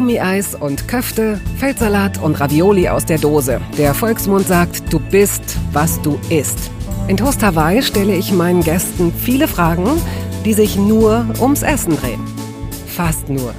Gummieis und Köfte, Feldsalat und Ravioli aus der Dose. Der Volksmund sagt, du bist, was du isst. In Toast Hawaii stelle ich meinen Gästen viele Fragen, die sich nur ums Essen drehen. Fast nur.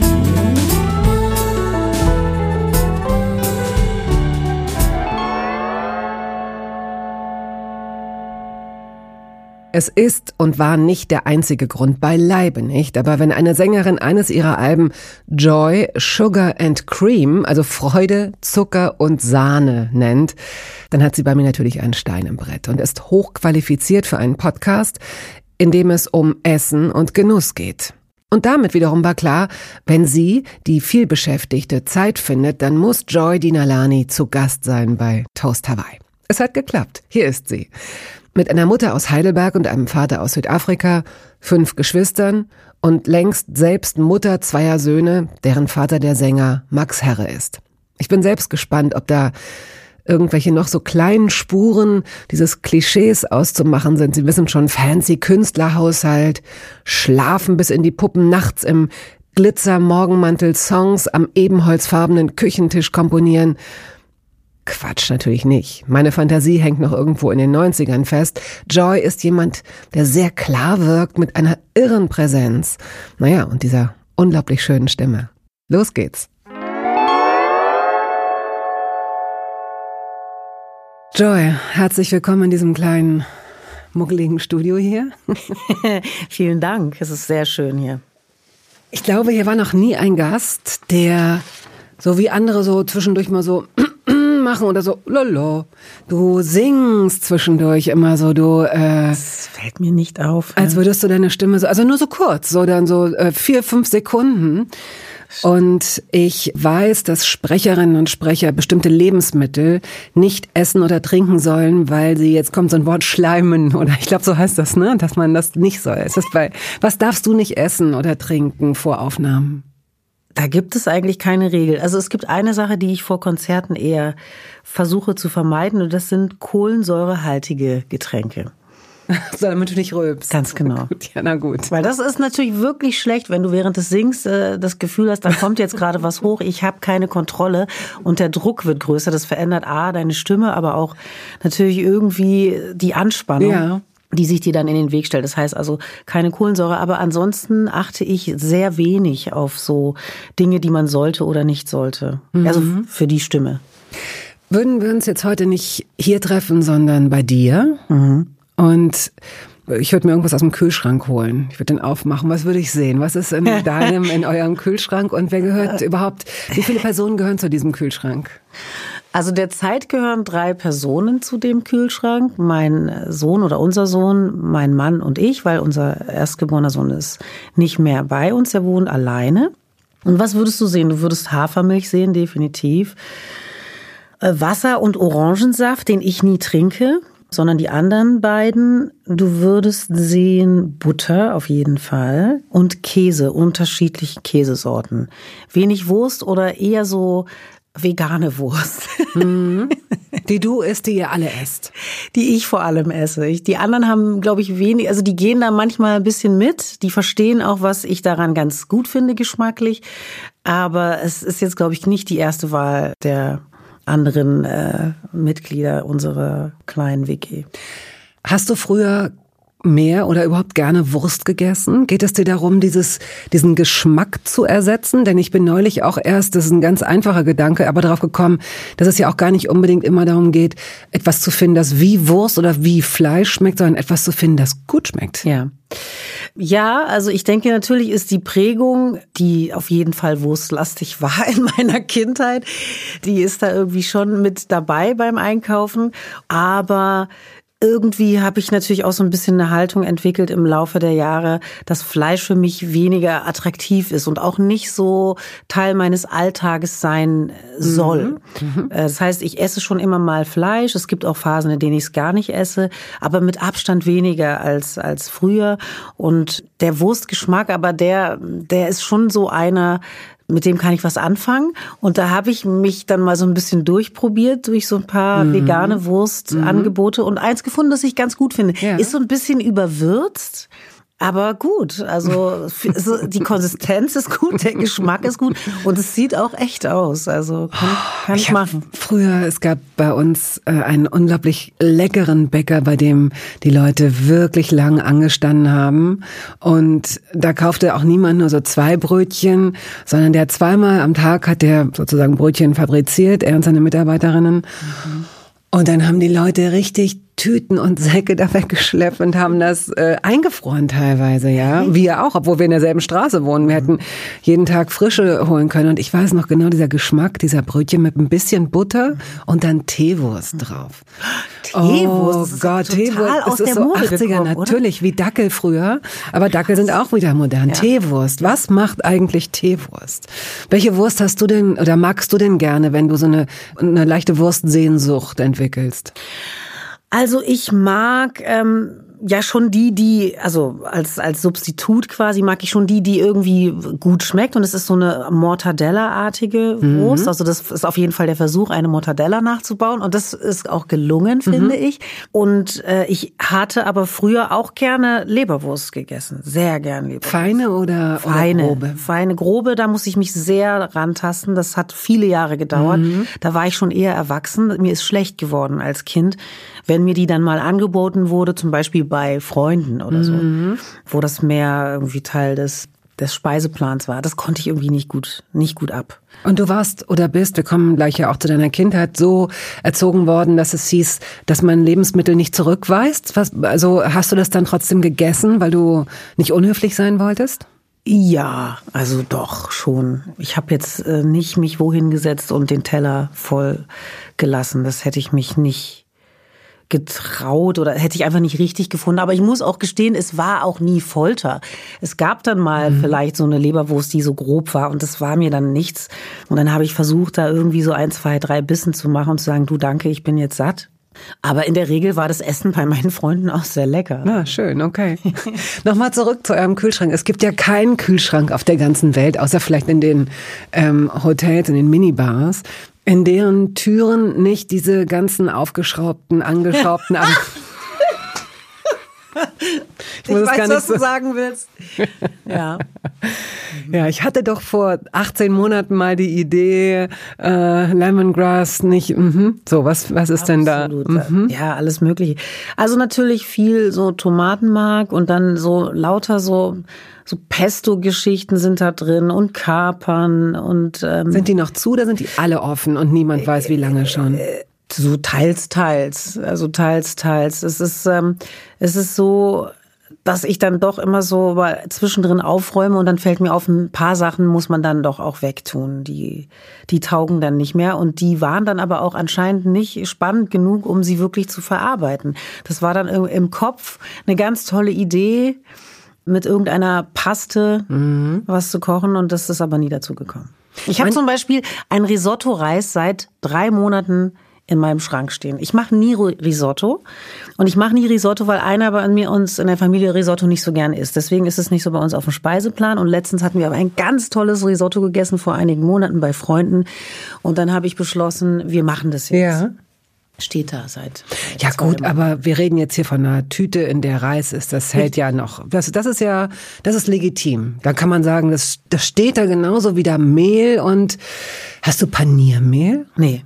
Es ist und war nicht der einzige Grund, beileibe nicht, aber wenn eine Sängerin eines ihrer Alben Joy, Sugar and Cream, also Freude, Zucker und Sahne nennt, dann hat sie bei mir natürlich einen Stein im Brett und ist hochqualifiziert für einen Podcast, in dem es um Essen und Genuss geht. Und damit wiederum war klar, wenn sie, die vielbeschäftigte, Zeit findet, dann muss Joy Dinalani zu Gast sein bei Toast Hawaii. Es hat geklappt. Hier ist sie. Mit einer Mutter aus Heidelberg und einem Vater aus Südafrika, 5 Geschwistern und längst selbst Mutter 2 Söhne, deren Vater der Sänger Max Herre ist. Ich bin selbst gespannt, ob da irgendwelche noch so kleinen Spuren dieses Klischees auszumachen sind. Sie wissen schon, fancy Künstlerhaushalt, schlafen bis in die Puppen, nachts im Glitzer-Morgenmantel Songs am ebenholzfarbenen Küchentisch komponieren. Quatsch, natürlich nicht. Meine Fantasie hängt noch irgendwo in den 90ern fest. Joy ist jemand, der sehr klar wirkt, mit einer irren Präsenz. Naja, und dieser unglaublich schönen Stimme. Los geht's. Joy, herzlich willkommen in diesem kleinen, muckeligen Studio hier. Vielen Dank, es ist sehr schön hier. Ich glaube, hier war noch nie ein Gast, der so wie andere so zwischendurch mal so machen oder so, lolo. Du singst zwischendurch immer so, das fällt mir nicht auf. Als würdest du deine Stimme so, also nur so kurz, so dann so 4-5 Sekunden. Und ich weiß, dass Sprecherinnen und Sprecher bestimmte Lebensmittel nicht essen oder trinken sollen, weil sie, jetzt kommt so ein Wort, schleimen oder ich glaube, so heißt das, ne, dass man das nicht soll. Was darfst du nicht essen oder trinken vor Aufnahmen? Da gibt es eigentlich keine Regel. Also es gibt eine Sache, die ich vor Konzerten eher versuche zu vermeiden, und das sind kohlensäurehaltige Getränke. So, damit du nicht rülpst. Ganz genau. Gut, ja, na gut. Weil das ist natürlich wirklich schlecht, wenn du während des Sings das Gefühl hast, da kommt jetzt gerade was hoch, ich habe keine Kontrolle und der Druck wird größer. Das verändert deine Stimme, aber auch natürlich irgendwie die Anspannung. Ja. Die sich dir dann in den Weg stellt. Das heißt also keine Kohlensäure, aber ansonsten achte ich sehr wenig auf so Dinge, die man sollte oder nicht sollte. Also für die Stimme. Würden wir uns jetzt heute nicht hier treffen, sondern bei dir? Und ich würde mir irgendwas aus dem Kühlschrank holen. Ich würde den aufmachen. Was würde ich sehen? Was ist in eurem Kühlschrank? Und wer gehört überhaupt, wie viele Personen gehören zu diesem Kühlschrank? Also derzeit gehören 3 Personen zu dem Kühlschrank. Mein Sohn oder unser Sohn, mein Mann und ich, weil unser erstgeborener Sohn ist nicht mehr bei uns. Er wohnt alleine. Und was würdest du sehen? Du würdest Hafermilch sehen, definitiv. Wasser und Orangensaft, den ich nie trinke, sondern die anderen beiden. Du würdest sehen Butter auf jeden Fall und Käse, unterschiedliche Käsesorten. Wenig Wurst oder eher so vegane Wurst. Die du isst, die ihr alle esst. Die ich vor allem esse. Die anderen haben, glaube ich, wenig, also die gehen da manchmal ein bisschen mit. Die verstehen auch, was ich daran ganz gut finde, geschmacklich. Aber es ist jetzt, glaube ich, nicht die erste Wahl der anderen Mitglieder unserer kleinen WG. Hast du früher mehr oder überhaupt gerne Wurst gegessen? Geht es dir darum, diesen Geschmack zu ersetzen? Denn ich bin neulich auch erst, das ist ein ganz einfacher Gedanke, aber darauf gekommen, dass es ja auch gar nicht unbedingt immer darum geht, etwas zu finden, das wie Wurst oder wie Fleisch schmeckt, sondern etwas zu finden, das gut schmeckt. Ja, also ich denke, natürlich ist die Prägung, die auf jeden Fall wurstlastig war in meiner Kindheit, die ist da irgendwie schon mit dabei beim Einkaufen, aber irgendwie habe ich natürlich auch so ein bisschen eine Haltung entwickelt im Laufe der Jahre, dass Fleisch für mich weniger attraktiv ist und auch nicht so Teil meines Alltages sein soll. Das heißt, ich esse schon immer mal Fleisch. Es gibt auch Phasen, in denen ich es gar nicht esse, aber mit Abstand weniger als früher. Und der Wurstgeschmack, aber der ist schon so einer, mit dem kann ich was anfangen. Und da habe ich mich dann mal so ein bisschen durchprobiert durch so ein paar vegane Wurstangebote und eins gefunden, das ich ganz gut finde. Ja. Ist so ein bisschen überwürzt, Aber gut, also die Konsistenz ist gut, der Geschmack ist gut und es sieht auch echt aus. Also kann ich machen. Früher, es gab bei uns einen unglaublich leckeren Bäcker, bei dem die Leute wirklich lang angestanden haben. Und da kaufte auch niemand nur so 2 Brötchen, sondern der zweimal am Tag hat der sozusagen Brötchen fabriziert, er und seine Mitarbeiterinnen. Und dann haben die Leute richtig Tüten und Säcke da weggeschleppt und haben das eingefroren teilweise, ja. Wir auch, obwohl wir in derselben Straße wohnen. Wir hätten jeden Tag frische holen können. Und ich weiß noch genau, dieser Geschmack, dieser Brötchen mit ein bisschen Butter und dann Teewurst drauf. Teewurst? Oh Gott, Teewurst. Das ist so 80er, gekommen, natürlich, wie Dackel früher. Aber Dackel sind auch wieder modern. Ja. Teewurst. Was macht eigentlich Teewurst? Welche Wurst hast du denn oder magst du denn gerne, wenn du so eine leichte Wurstsehnsucht entwickelst? Also ich mag ja schon also als Substitut quasi mag ich schon die irgendwie gut schmeckt und es ist so eine Mortadella-artige Wurst. Also das ist auf jeden Fall der Versuch, eine Mortadella nachzubauen und das ist auch gelungen, finde ich. Und ich hatte aber früher auch gerne Leberwurst gegessen, sehr gern Leberwurst. Feine oder grobe? Feine, grobe, da muss ich mich sehr rantasten. Das hat viele Jahre gedauert. Da war ich schon eher erwachsen. Mir ist schlecht geworden als Kind, wenn mir die dann mal angeboten wurde, zum Beispiel bei Freunden oder so, wo das mehr irgendwie Teil des Speiseplans war. Das konnte ich irgendwie nicht gut ab. Und du warst oder bist, wir kommen gleich ja auch zu deiner Kindheit, so erzogen worden, dass es hieß, dass man Lebensmittel nicht zurückweist. Also hast du das dann trotzdem gegessen, weil du nicht unhöflich sein wolltest? Ja, also doch schon. Ich habe jetzt nicht mich wohin gesetzt und den Teller voll gelassen. Das hätte ich mich nicht getraut oder hätte ich einfach nicht richtig gefunden. Aber ich muss auch gestehen, es war auch nie Folter. Es gab dann mal vielleicht so eine Leberwurst, die so grob war und das war mir dann nichts. Und dann habe ich versucht, da irgendwie so 1, 2, 3 Bissen zu machen und zu sagen, du danke, ich bin jetzt satt. Aber in der Regel war das Essen bei meinen Freunden auch sehr lecker. Na, schön, okay. Nochmal zurück zu eurem Kühlschrank. Es gibt ja keinen Kühlschrank auf der ganzen Welt, außer vielleicht in den Hotels, in den Minibars, in deren Türen nicht diese ganzen aufgeschraubten, angeschraubten... Ich weiß, was du sagen willst. Ja. Ja, ich hatte doch vor 18 Monaten mal die Idee, Lemongrass nicht, so, was ist denn da? Ja, alles Mögliche. Also natürlich viel so Tomatenmark und dann so lauter so Pesto-Geschichten sind da drin und Kapern und... Sind die noch zu oder sind die alle offen und niemand weiß, wie lange schon? So teils. Also teils. Es ist so, dass ich dann doch immer so zwischendrin aufräume und dann fällt mir auf, ein paar Sachen muss man dann doch auch wegtun. Die taugen dann nicht mehr und die waren dann aber auch anscheinend nicht spannend genug, um sie wirklich zu verarbeiten. Das war dann im Kopf eine ganz tolle Idee, mit irgendeiner Paste was zu kochen und das ist aber nie dazu gekommen. Ich habe zum Beispiel ein Risotto-Reis seit 3 Monaten in meinem Schrank stehen. Ich mache nie Risotto und ich mache nie Risotto, weil einer bei uns in der Familie Risotto nicht so gern isst. Deswegen ist es nicht so bei uns auf dem Speiseplan und letztens hatten wir aber ein ganz tolles Risotto gegessen vor einigen Monaten bei Freunden und dann habe ich beschlossen, wir machen das jetzt. Ja. Steht da seit ja gut, aber wir reden jetzt hier von einer Tüte, in der Reis ist. Das hält ja noch. Das ist legitim. Da kann man sagen, das steht da genauso wie da Mehl und hast du Paniermehl? Nee.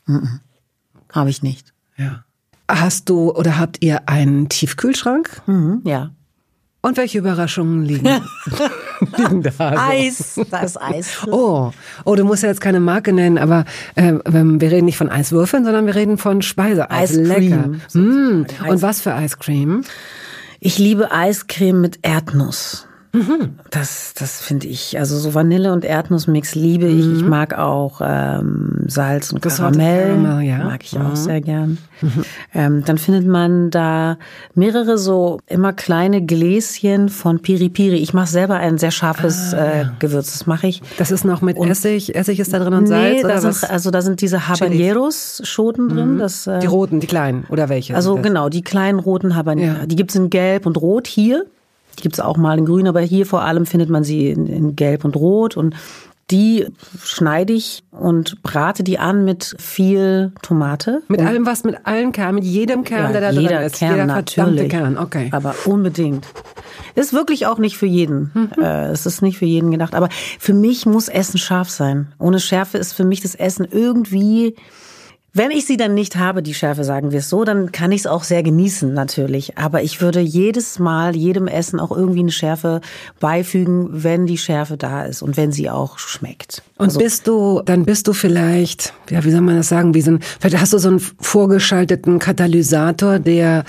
Habe ich nicht. Ja. Hast du oder habt ihr einen Tiefkühlschrank? Ja. Und welche Überraschungen liegen da? So? Eis, da ist Eis. Oh, du musst ja jetzt keine Marke nennen, aber wir reden nicht von Eiswürfeln, sondern wir reden von Speiseeis. Lecker. Und was für Eiscreme? Ich liebe Eiscreme mit Erdnuss. Das finde ich, also so Vanille- und Erdnussmix liebe ich. Ich mag auch Salz und Karamell, mag ich auch sehr gern. Dann findet man da mehrere so immer kleine Gläschen von Piri Piri. Ich mache selber ein sehr scharfes Gewürz, das mache ich. Das ist noch mit Essig? Essig ist da drin und Salz? Nee, da sind diese Habaneros-Schoten drin. Die roten, die kleinen, oder welche? Also genau, die kleinen roten Habaneros. Die gibt's in Gelb und Rot hier. Die gibt's auch mal in Grün, aber hier vor allem findet man sie in Gelb und Rot. Und die schneide ich und brate die an mit viel Tomate. Mit allem was? Mit allen Kernen? Mit jedem Kern, der da drin ist? Jeder Kern, verdammte natürlich. Kern, okay. Aber unbedingt. Ist wirklich auch nicht für jeden. Es ist nicht für jeden gedacht. Aber für mich muss Essen scharf sein. Ohne Schärfe ist für mich das Essen irgendwie... Wenn ich sie dann nicht habe, die Schärfe, sagen wir es so, dann kann ich es auch sehr genießen, natürlich. Aber ich würde jedes Mal, jedem Essen auch irgendwie eine Schärfe beifügen, wenn die Schärfe da ist und wenn sie auch schmeckt. Und bist du vielleicht, ja, wie soll man das sagen, vielleicht hast du so einen vorgeschalteten Katalysator, der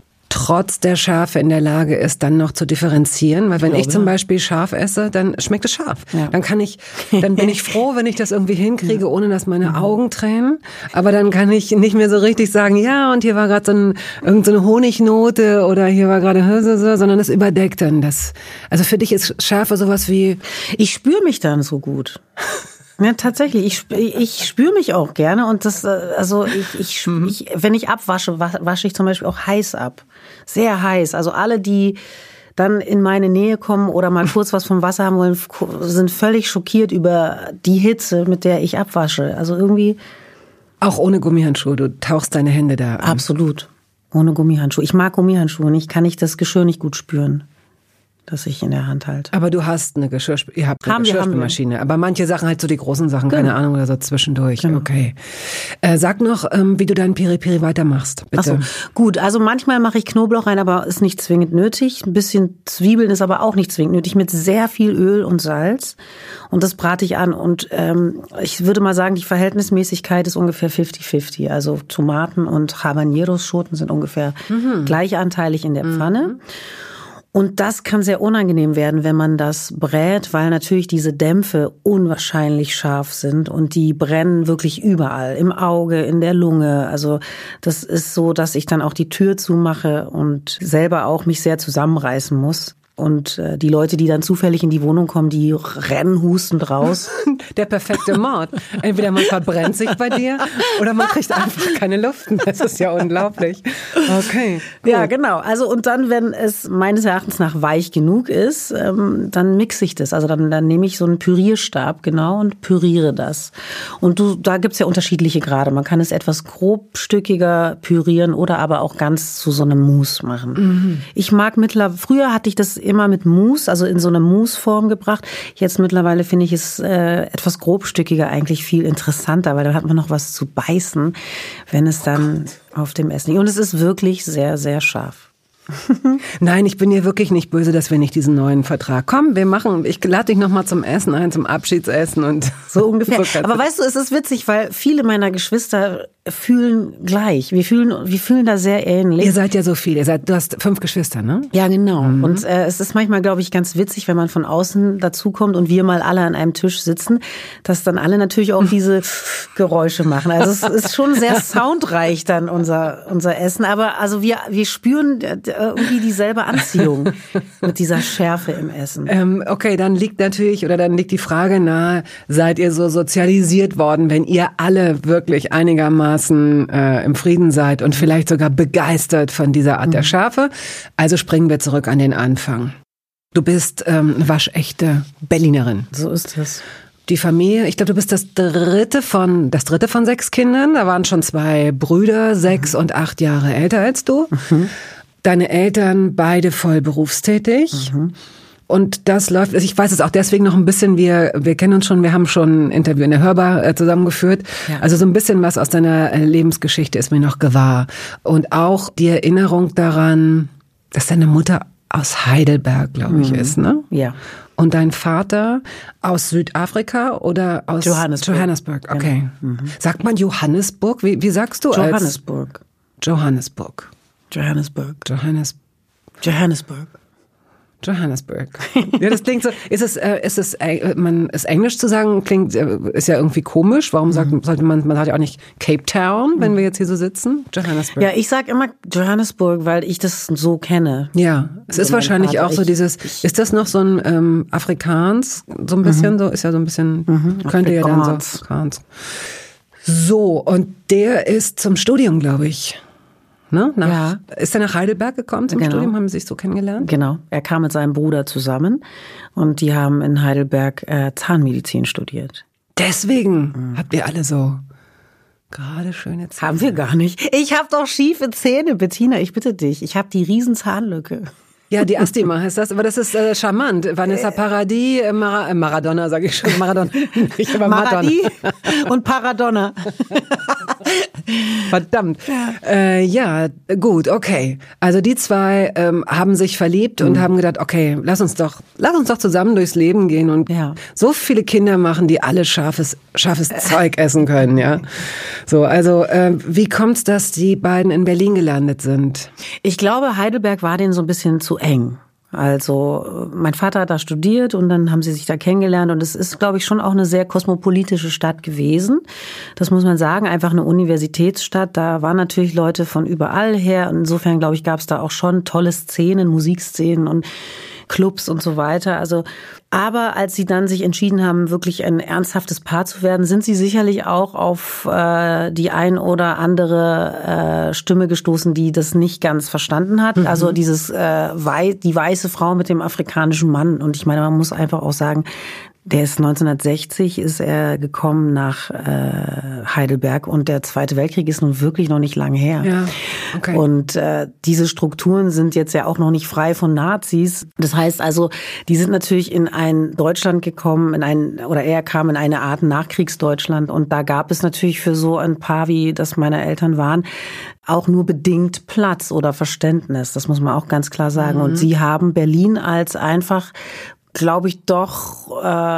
trotz der Schärfe in der Lage ist, dann noch zu differenzieren. Weil wenn ich zum Beispiel scharf esse, dann schmeckt es scharf. Ja. Dann bin ich froh, wenn ich das irgendwie hinkriege, ohne dass meine Augen tränen. Aber dann kann ich nicht mehr so richtig sagen, ja, und hier war gerade irgendeine Honignote oder hier war gerade, sondern es überdeckt dann das. Also für dich ist Schärfe sowas wie... Ich spüre mich dann so gut. Ja, tatsächlich. Ich spüre mich auch gerne und das, also wenn ich abwasche, wasche ich zum Beispiel auch heiß ab. Sehr heiß. Also alle, die dann in meine Nähe kommen oder mal kurz was vom Wasser haben wollen, sind völlig schockiert über die Hitze, mit der ich abwasche. Also irgendwie. Auch ohne Gummihandschuhe, du tauchst deine Hände da an. Absolut. Ohne Gummihandschuhe. Ich mag Gummihandschuhe nicht, kann ich das Geschirr nicht gut spüren, das ich in der Hand halte. Aber du hast eine Geschirrspülmaschine. Aber manche Sachen, halt so die großen Sachen, keine Ahnung, oder so zwischendurch. Genau. Okay. Sag noch, wie du deinen Piri-Piri weitermachst, bitte. Ach so, gut. Also manchmal mache ich Knoblauch rein, aber ist nicht zwingend nötig. Ein bisschen Zwiebeln ist aber auch nicht zwingend nötig, mit sehr viel Öl und Salz. Und das brate ich an. Und ich würde mal sagen, die Verhältnismäßigkeit ist ungefähr 50-50. Also Tomaten und Habaneros-Schoten sind ungefähr gleichanteilig in der Pfanne. Und das kann sehr unangenehm werden, wenn man das brät, weil natürlich diese Dämpfe unwahrscheinlich scharf sind und die brennen wirklich überall, im Auge, in der Lunge. Also das ist so, dass ich dann auch die Tür zumache und selber auch mich sehr zusammenreißen muss. Und die Leute, die dann zufällig in die Wohnung kommen, die rennen hustend raus. Der perfekte Mord. Entweder man verbrennt sich bei dir oder man kriegt einfach keine Luft. Das ist ja unglaublich. Okay. Cool. Ja, genau. Also und dann, wenn es meines Erachtens nach weich genug ist, dann mixe ich das. Also dann nehme ich so einen Pürierstab, genau, und püriere das. Und da gibt's ja unterschiedliche Grade. Man kann es etwas grobstückiger pürieren oder aber auch ganz zu so einem Mousse machen. Ich mag früher hatte ich das immer mit Mousse, also in so eine Mousse-Form gebracht. Jetzt mittlerweile finde ich es etwas grobstückiger eigentlich viel interessanter, weil dann hat man noch was zu beißen, wenn es dann auf dem Essen liegt. Und es ist wirklich sehr, sehr scharf. Nein, ich bin dir wirklich nicht böse, dass wir nicht diesen neuen Vertrag. Komm, ich lade dich nochmal zum Essen ein, zum Abschiedsessen und so ungefähr. So. Aber weißt du, es ist witzig, weil viele meiner Geschwister fühlen gleich. Wir fühlen da sehr ähnlich. Ihr seid ja so viel. Du hast 5 Geschwister, ne? Ja, genau. Und es ist manchmal, glaube ich, ganz witzig, wenn man von außen dazukommt und wir mal alle an einem Tisch sitzen, dass dann alle natürlich auch diese Geräusche machen. Also es ist schon sehr soundreich dann unser Essen. Aber also wir spüren irgendwie dieselbe Anziehung mit dieser Schärfe im Essen. Okay, dann liegt die Frage nahe, seid ihr so sozialisiert worden, wenn ihr alle wirklich einigermaßen im Frieden seid und vielleicht sogar begeistert von dieser Art der Schärfe? Also springen wir zurück an den Anfang. Du bist eine waschechte Berlinerin. So ist es. Die Familie, ich glaube, du bist das dritte von 6 Kindern. Da waren schon 2 Brüder, 6 und 8 Jahre älter als du. Deine Eltern beide voll berufstätig. Und das läuft, also ich weiß es auch deswegen noch ein bisschen, wir kennen uns schon, wir haben schon ein Interview in der Hörbar zusammengeführt. Ja. Also so ein bisschen was aus deiner Lebensgeschichte ist mir noch gewahr. Und auch die Erinnerung daran, dass deine Mutter aus Heidelberg, glaube ich, ist, ne? Ja. Und dein Vater aus Südafrika oder aus Johannesburg. Okay. Sagt man Johannesburg? Wie sagst du? Johannesburg. Johannesburg. Ja, das klingt so. Ist Englisch zu sagen, ist ja irgendwie komisch. Warum sollte man sagt ja auch nicht Cape Town, wenn wir jetzt hier so sitzen? Johannesburg. Ja, ich sag immer Johannesburg, weil ich das so kenne. Ja, es ist wahrscheinlich auch so ist das noch so ein Afrikaans, so ein bisschen so, ist ja so ein bisschen, könnte ja dann so Afrikaans. So, und der ist zum Studium, glaube ich. Ne? Ist er nach Heidelberg gekommen zum Studium? Haben sie sich so kennengelernt? Genau. Er kam mit seinem Bruder zusammen und die haben in Heidelberg Zahnmedizin studiert. Deswegen habt ihr alle so gerade schöne Zähne. Haben wir gar nicht. Ich habe doch schiefe Zähne, Bettina, ich bitte dich. Ich habe die riesen Zahnlücke. Ja, die Astima heißt das, aber das ist charmant. Vanessa Paradis, Maradona, sage ich schon. Maradona. Ich habe Paradis und Paradonna. Verdammt. Ja, gut, okay. Also die zwei haben sich verliebt und haben gedacht, okay, lass uns doch zusammen durchs Leben gehen und so viele Kinder machen, die alle scharfes Zeug essen können, ja. So, also wie kommt's, dass die beiden in Berlin gelandet sind? Ich glaube, Heidelberg war denen so ein bisschen zu eng. Also mein Vater hat da studiert und dann haben sie sich da kennengelernt und es ist, glaube ich, schon auch eine sehr kosmopolitische Stadt gewesen. Das muss man sagen, einfach eine Universitätsstadt. Da waren natürlich Leute von überall her. Insofern, glaube ich, gab es da auch schon tolle Szenen, Musikszenen und Clubs und so weiter. Also, aber als sie dann sich entschieden haben, wirklich ein ernsthaftes Paar zu werden, sind sie sicherlich auch auf die ein oder andere Stimme gestoßen, die das nicht ganz verstanden hat. Mhm. Also die weiße Frau mit dem afrikanischen Mann. Und ich meine, man muss einfach auch sagen, der ist 1960 ist er gekommen nach Heidelberg und der Zweite Weltkrieg ist nun wirklich noch nicht lange her. Ja, okay. Und diese Strukturen sind jetzt ja auch noch nicht frei von Nazis. Das heißt also, die sind natürlich in ein Deutschland gekommen, er kam in eine Art Nachkriegsdeutschland und da gab es natürlich für so ein Paar, wie das meine Eltern waren, auch nur bedingt Platz oder Verständnis. Das muss man auch ganz klar sagen. Mhm. Und sie haben Berlin als einfach, glaube ich, doch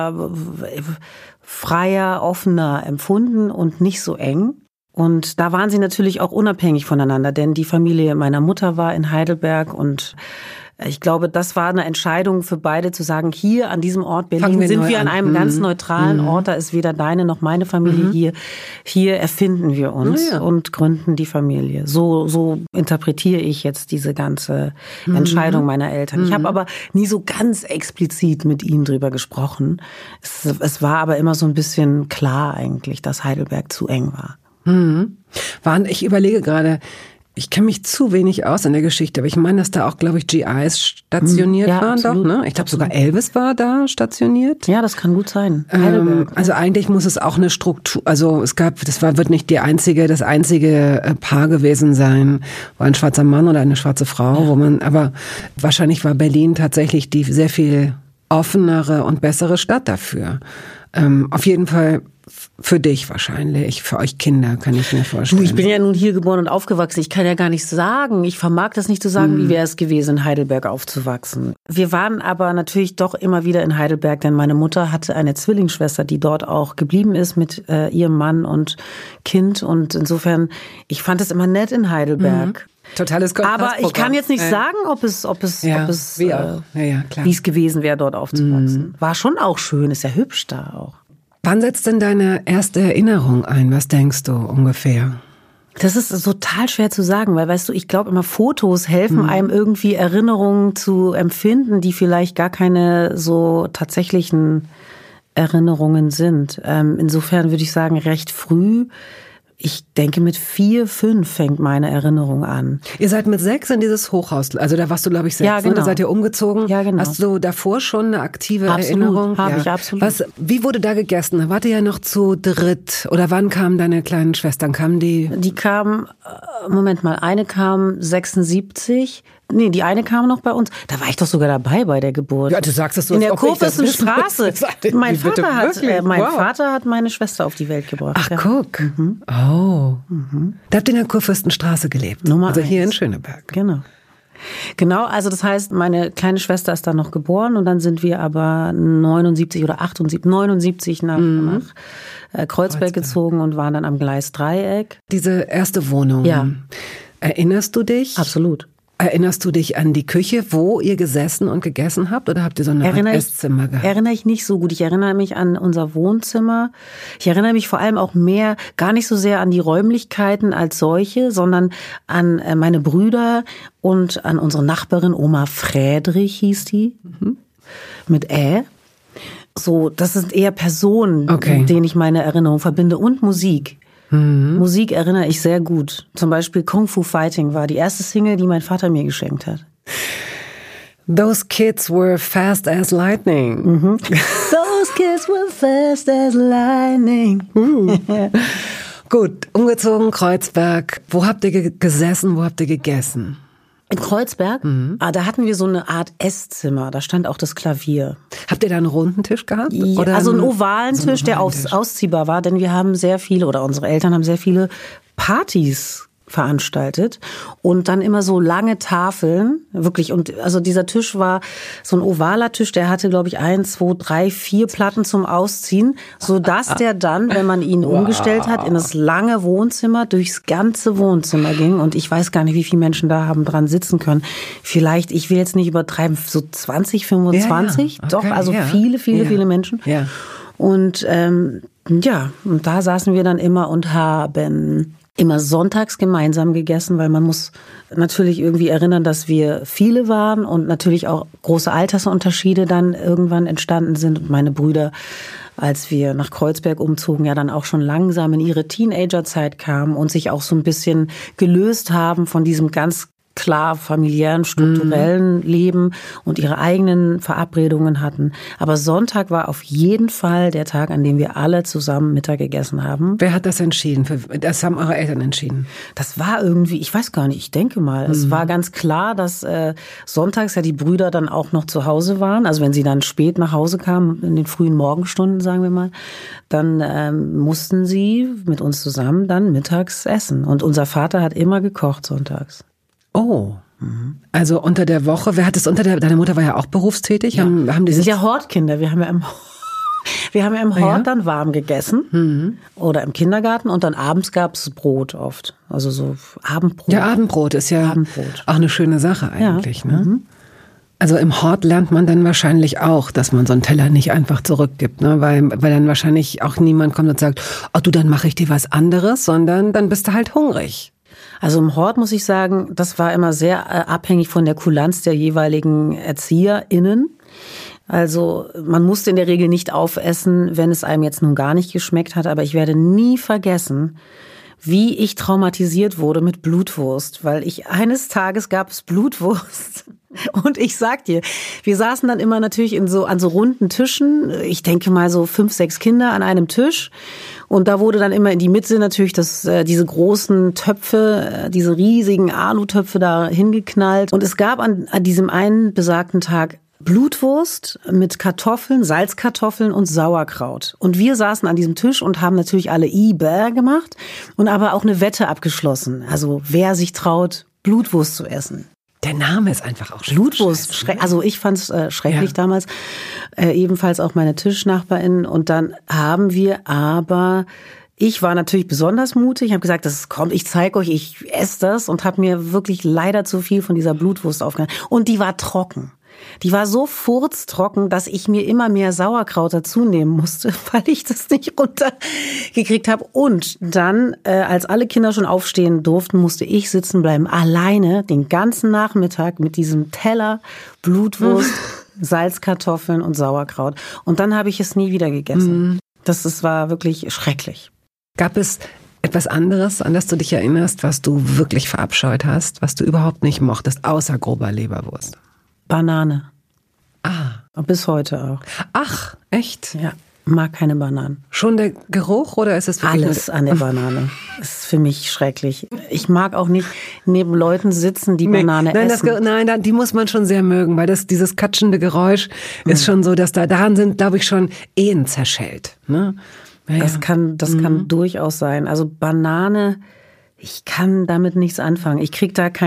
freier, offener empfunden und nicht so eng. Und da waren sie natürlich auch unabhängig voneinander, denn die Familie meiner Mutter war in Heidelberg und ich glaube, das war eine Entscheidung für beide zu sagen, hier an diesem Ort Berlin sind wir an einem ganz neutralen Ort, da ist weder deine noch meine Familie hier erfinden wir uns und gründen die Familie. So interpretiere ich jetzt diese ganze Entscheidung meiner Eltern. Ich habe aber nie so ganz explizit mit ihnen drüber gesprochen. Es war aber immer so ein bisschen klar eigentlich, dass Heidelberg zu eng war. Ich überlege gerade, ich kenne mich zu wenig aus in der Geschichte, aber ich meine, dass da auch, glaube ich, GIs stationiert waren, absolut. Doch, ne? Ich glaube, sogar Elvis war da stationiert. Ja, das kann gut sein. Also eigentlich muss es auch eine Struktur, also wird nicht das einzige Paar gewesen sein, wo ein schwarzer Mann oder eine schwarze Frau, aber wahrscheinlich war Berlin tatsächlich die sehr viel offenere und bessere Stadt dafür. Auf jeden Fall für dich wahrscheinlich, für euch Kinder, kann ich mir vorstellen. Ich bin ja nun hier geboren und aufgewachsen. Ich kann ja gar nicht sagen, ich vermag das nicht zu sagen, wie wäre es gewesen, in Heidelberg aufzuwachsen. Wir waren aber natürlich doch immer wieder in Heidelberg, denn meine Mutter hatte eine Zwillingsschwester, die dort auch geblieben ist mit ihrem Mann und Kind. Und insofern, ich fand es immer nett in Heidelberg. Totales Kontrastprogramm. Aber ich kann jetzt nicht sagen, wie es gewesen wäre, dort aufzuwachsen. War schon auch schön, ist ja hübsch da auch. Wann setzt denn deine erste Erinnerung ein? Was denkst du ungefähr? Das ist total schwer zu sagen, weil, weißt du, ich glaube immer, Fotos helfen einem irgendwie Erinnerungen zu empfinden, die vielleicht gar keine so tatsächlichen Erinnerungen sind. Insofern würde ich sagen, recht früh. Ich denke, mit 4, 5 fängt meine Erinnerung an. Ihr seid mit 6 in dieses Hochhaus, also da warst du, glaube ich, 6, ja, genau. Da seid ihr umgezogen. Ja, genau. Hast du davor schon eine aktive Erinnerung? Habe ich, absolut. Wie wurde da gegessen? Da wart ihr ja noch zu dritt. Oder wann kamen deine kleinen Schwestern? Kamen die? Die kamen, Moment mal, eine kam 76. Nee, die eine kam noch bei uns. Da war ich doch sogar dabei bei der Geburt. Ja, du sagst es so. In der Kurfürstenstraße. Mein Vater hat meine Schwester auf die Welt gebracht. Ach, guck. Oh. Da habt ihr in der Kurfürstenstraße gelebt. Nummer 1. Hier in Schöneberg. Genau, also das heißt, meine kleine Schwester ist dann noch geboren und dann sind wir aber 79 nach Kreuzberg gezogen und waren dann am Gleisdreieck. Diese erste Wohnung. Ja. Erinnerst du dich? Absolut. Erinnerst du dich an die Küche, wo ihr gesessen und gegessen habt, oder habt ihr so eine Art Esszimmer gehabt? Erinnere ich nicht so gut. Ich erinnere mich an unser Wohnzimmer. Ich erinnere mich vor allem auch gar nicht so sehr an die Räumlichkeiten als solche, sondern an meine Brüder und an unsere Nachbarin Oma Friedrich hieß die, mit So, das sind eher Personen, mit denen ich meine Erinnerung verbinde, und Musik. Musik erinnere ich sehr gut. Zum Beispiel Kung Fu Fighting war die erste Single, die mein Vater mir geschenkt hat. Those kids were fast as lightning. Those kids were fast as lightning. Gut, umgezogen, Kreuzberg. Wo habt ihr gesessen, wo habt ihr gegessen? In Kreuzberg? Da hatten wir so eine Art Esszimmer. Da stand auch das Klavier. Habt ihr da einen runden Tisch gehabt? Ja, oder also einen ovalen so Tisch, der ausziehbar war. Denn wir haben sehr viele, oder unsere Eltern haben sehr viele Partys veranstaltet und dann immer so lange Tafeln, wirklich. Und also dieser Tisch war so ein ovaler Tisch, der hatte, glaube ich, 1, 2, 3, 4 Platten zum Ausziehen, sodass der dann, wenn man ihn umgestellt hat, in das lange Wohnzimmer, durchs ganze Wohnzimmer ging. Und ich weiß gar nicht, wie viele Menschen da haben dran sitzen können. Vielleicht, ich will jetzt nicht übertreiben, so 20, 25. Ja. Okay, doch, also viele Menschen. Ja. Und und da saßen wir dann immer und haben immer sonntags gemeinsam gegessen, weil man muss natürlich irgendwie erinnern, dass wir viele waren und natürlich auch große Altersunterschiede dann irgendwann entstanden sind. Und meine Brüder, als wir nach Kreuzberg umzogen, ja dann auch schon langsam in ihre Teenagerzeit kamen und sich auch so ein bisschen gelöst haben von diesem ganz klar familiären, strukturellen Leben und ihre eigenen Verabredungen hatten. Aber Sonntag war auf jeden Fall der Tag, an dem wir alle zusammen Mittag gegessen haben. Wer hat das entschieden? Das haben eure Eltern entschieden? Das war irgendwie, ich weiß gar nicht, ich denke mal, es war ganz klar, dass sonntags ja die Brüder dann auch noch zu Hause waren. Also wenn sie dann spät nach Hause kamen, in den frühen Morgenstunden, sagen wir mal, dann mussten sie mit uns zusammen dann mittags essen. Und unser Vater hat immer gekocht sonntags. Oh, also unter der Woche, wer hat es deine Mutter war ja auch berufstätig? Ja. Wir sind ja Hortkinder, wir haben ja im Hort dann warm gegessen oder im Kindergarten und dann abends gab es Brot oft, also so Abendbrot. Ja, Abendbrot ist ja auch eine schöne Sache eigentlich, ja. Ne? Also im Hort lernt man dann wahrscheinlich auch, dass man so einen Teller nicht einfach zurückgibt, ne? Weil dann wahrscheinlich auch niemand kommt und sagt, oh du, dann mache ich dir was anderes, sondern dann bist du halt hungrig. Also im Hort muss ich sagen, das war immer sehr abhängig von der Kulanz der jeweiligen ErzieherInnen. Also man musste in der Regel nicht aufessen, wenn es einem jetzt nun gar nicht geschmeckt hat. Aber ich werde nie vergessen, wie ich traumatisiert wurde mit Blutwurst. Weil eines Tages gab es Blutwurst. Und ich sag dir, wir saßen dann immer natürlich an so runden Tischen. Ich denke mal so 5, 6 Kinder an einem Tisch. Und da wurde dann immer in die Mitte natürlich diese großen Töpfe, diese riesigen Alutöpfe da hingeknallt. Und es gab an diesem einen besagten Tag Blutwurst mit Kartoffeln, Salzkartoffeln und Sauerkraut. Und wir saßen an diesem Tisch und haben natürlich alle Bäh gemacht und aber auch eine Wette abgeschlossen. Also wer sich traut, Blutwurst zu essen. Der Name ist einfach auch Blutwurst. Also ich fand es schrecklich damals. Ebenfalls auch meine Tischnachbarin. Und dann haben wir aber, ich war natürlich besonders mutig. Ich habe gesagt, das kommt, ich zeige euch, ich esse das. Und habe mir wirklich leider zu viel von dieser Blutwurst aufgenommen. Und die war trocken. Die war so furztrocken, dass ich mir immer mehr Sauerkraut dazu nehmen musste, weil ich das nicht runtergekriegt habe. Und dann, als alle Kinder schon aufstehen durften, musste ich sitzen bleiben, alleine den ganzen Nachmittag mit diesem Teller Blutwurst, Salzkartoffeln und Sauerkraut. Und dann habe ich es nie wieder gegessen. Das war wirklich schrecklich. Gab es etwas anderes, an das du dich erinnerst, was du wirklich verabscheut hast, was du überhaupt nicht mochtest, außer grober Leberwurst? Banane. Ah. Bis heute auch. Ach, echt? Ja, mag keine Bananen. Schon der Geruch oder ist es wirklich alles an der Banane? Ist für mich schrecklich. Ich mag auch nicht neben Leuten sitzen, die Banane essen. Die muss man schon sehr mögen, weil dieses katschende Geräusch ist schon so, dass daran sind, glaube ich, schon Ehen zerschellt. Ne? Ja, das kann durchaus sein. Also Banane, ich kann damit nichts anfangen. Ich krieg da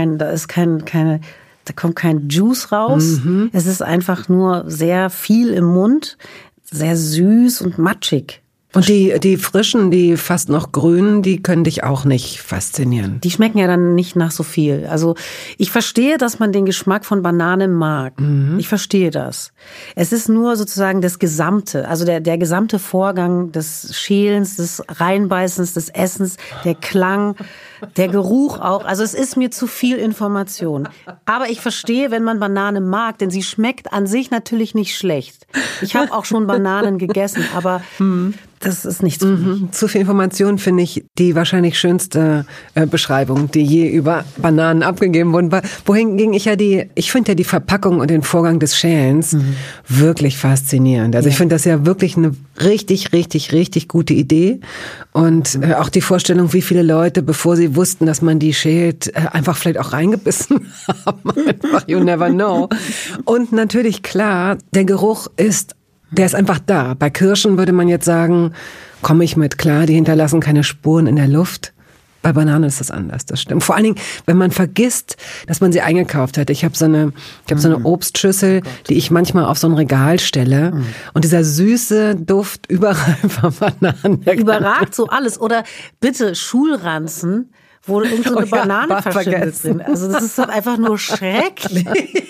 da kommt kein Juice raus. Es ist einfach nur sehr viel im Mund, sehr süß und matschig. Und die frischen, die fast noch grünen, die können dich auch nicht faszinieren. Die schmecken ja dann nicht nach so viel. Also ich verstehe, dass man den Geschmack von Banane mag. Ich verstehe das. Es ist nur sozusagen das Gesamte, also der gesamte Vorgang des Schälens, des Reinbeißens, des Essens, der Klang, der Geruch auch. Also es ist mir zu viel Information. Aber ich verstehe, wenn man Banane mag, denn sie schmeckt an sich natürlich nicht schlecht. Ich habe auch schon Bananen gegessen, aber das ist nichts für mich. Zu viel Information finde ich die wahrscheinlich schönste Beschreibung, die je über Bananen abgegeben wurde. Wohingegen ich finde ja die Verpackung und den Vorgang des Schälens wirklich faszinierend. Also ich finde das ja wirklich eine richtig, richtig, richtig gute Idee. Und auch die Vorstellung, wie viele Leute, bevor sie wussten, dass man die schält, einfach vielleicht auch reingebissen haben. Einfach, you never know. Und natürlich klar, der Geruch der ist einfach da. Bei Kirschen würde man jetzt sagen, komme ich mit klar, die hinterlassen keine Spuren in der Luft. Bei Bananen ist das anders, das stimmt. Vor allen Dingen, wenn man vergisst, dass man sie eingekauft hat. Ich habe so eine Obstschüssel, die ich manchmal auf so ein Regal stelle. Und dieser süße Duft überall von Bananen. Überragt so alles. Oder bitte Schulranzen, wo irgend so eine Banane verschwindet drin. Also das ist doch einfach nur schrecklich.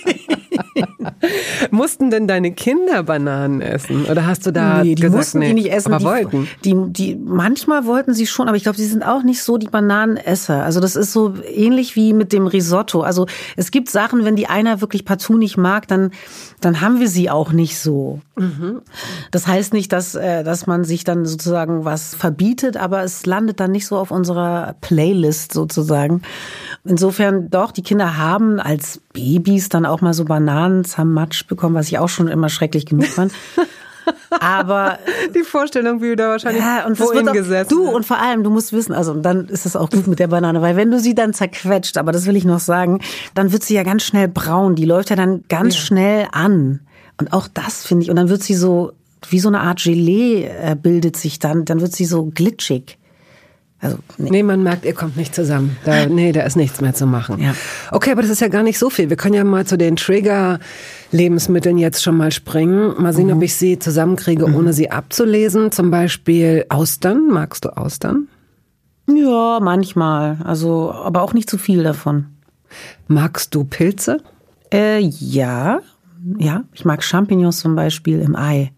Mussten denn deine Kinder Bananen essen? Oder hast du da die gesagt, mussten die nicht essen, aber wollten? Die manchmal wollten sie schon, aber ich glaube, sie sind auch nicht so die Bananenesser. Also das ist so ähnlich wie mit dem Risotto. Also es gibt Sachen, wenn die einer wirklich partout nicht mag, dann haben wir sie auch nicht so. Mhm. Das heißt nicht, dass man sich dann sozusagen was verbietet, aber es landet dann nicht so auf unserer Playlist sozusagen. Insofern doch, die Kinder haben als Babys dann auch mal so Bananen zermatscht bekommen, was ich auch schon immer schrecklich genug fand. Aber die Vorstellung, wie du da wahrscheinlich gesessen. Du, und vor allem, du musst wissen, also dann ist es auch gut mit der Banane, weil wenn du sie dann zerquetscht, aber das will ich noch sagen, dann wird sie ja ganz schnell braun. Die läuft ja dann ganz schnell an. Und auch das finde ich, und dann wird sie so, wie so eine Art Gelee bildet sich dann wird sie so glitschig. Also, nee, man merkt, ihr kommt nicht zusammen. Da ist nichts mehr zu machen. Ja. Okay, aber das ist ja gar nicht so viel. Wir können ja mal zu den Trigger-Lebensmitteln jetzt schon mal springen. Mal sehen, ob ich sie zusammenkriege, ohne sie abzulesen. Zum Beispiel Austern. Magst du Austern? Ja, manchmal. Also, aber auch nicht zu viel davon. Magst du Pilze? Ja. Ja, ich mag Champignons zum Beispiel im Ei.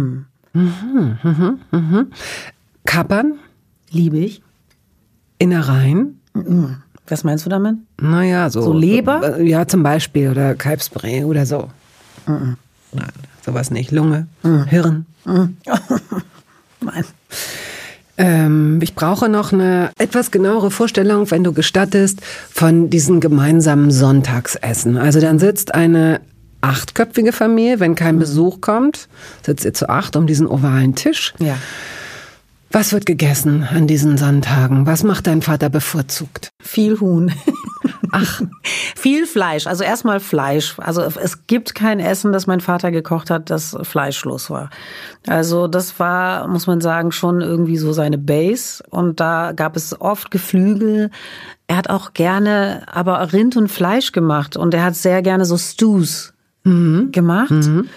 Kapern? Liebe ich. Innereien? Was meinst du damit? Naja, so Leber? Ja, zum Beispiel. Oder Kalbsbrei oder so. Nein, sowas nicht. Lunge, Hirn. Nein. Ich brauche noch eine etwas genauere Vorstellung, wenn du gestattest, von diesen gemeinsamen Sonntagsessen. Also dann sitzt eine 8-köpfige Familie, wenn kein Besuch kommt, sitzt ihr zu 8 um diesen ovalen Tisch. Ja. Was wird gegessen an diesen Sonntagen? Was macht dein Vater bevorzugt? Viel Huhn. Ach. Viel Fleisch. Also erstmal Fleisch. Also es gibt kein Essen, das mein Vater gekocht hat, das fleischlos war. Also das war, muss man sagen, schon irgendwie so seine Base. Und da gab es oft Geflügel. Er hat auch gerne aber Rind und Fleisch gemacht. Und er hat sehr gerne so Stews gemacht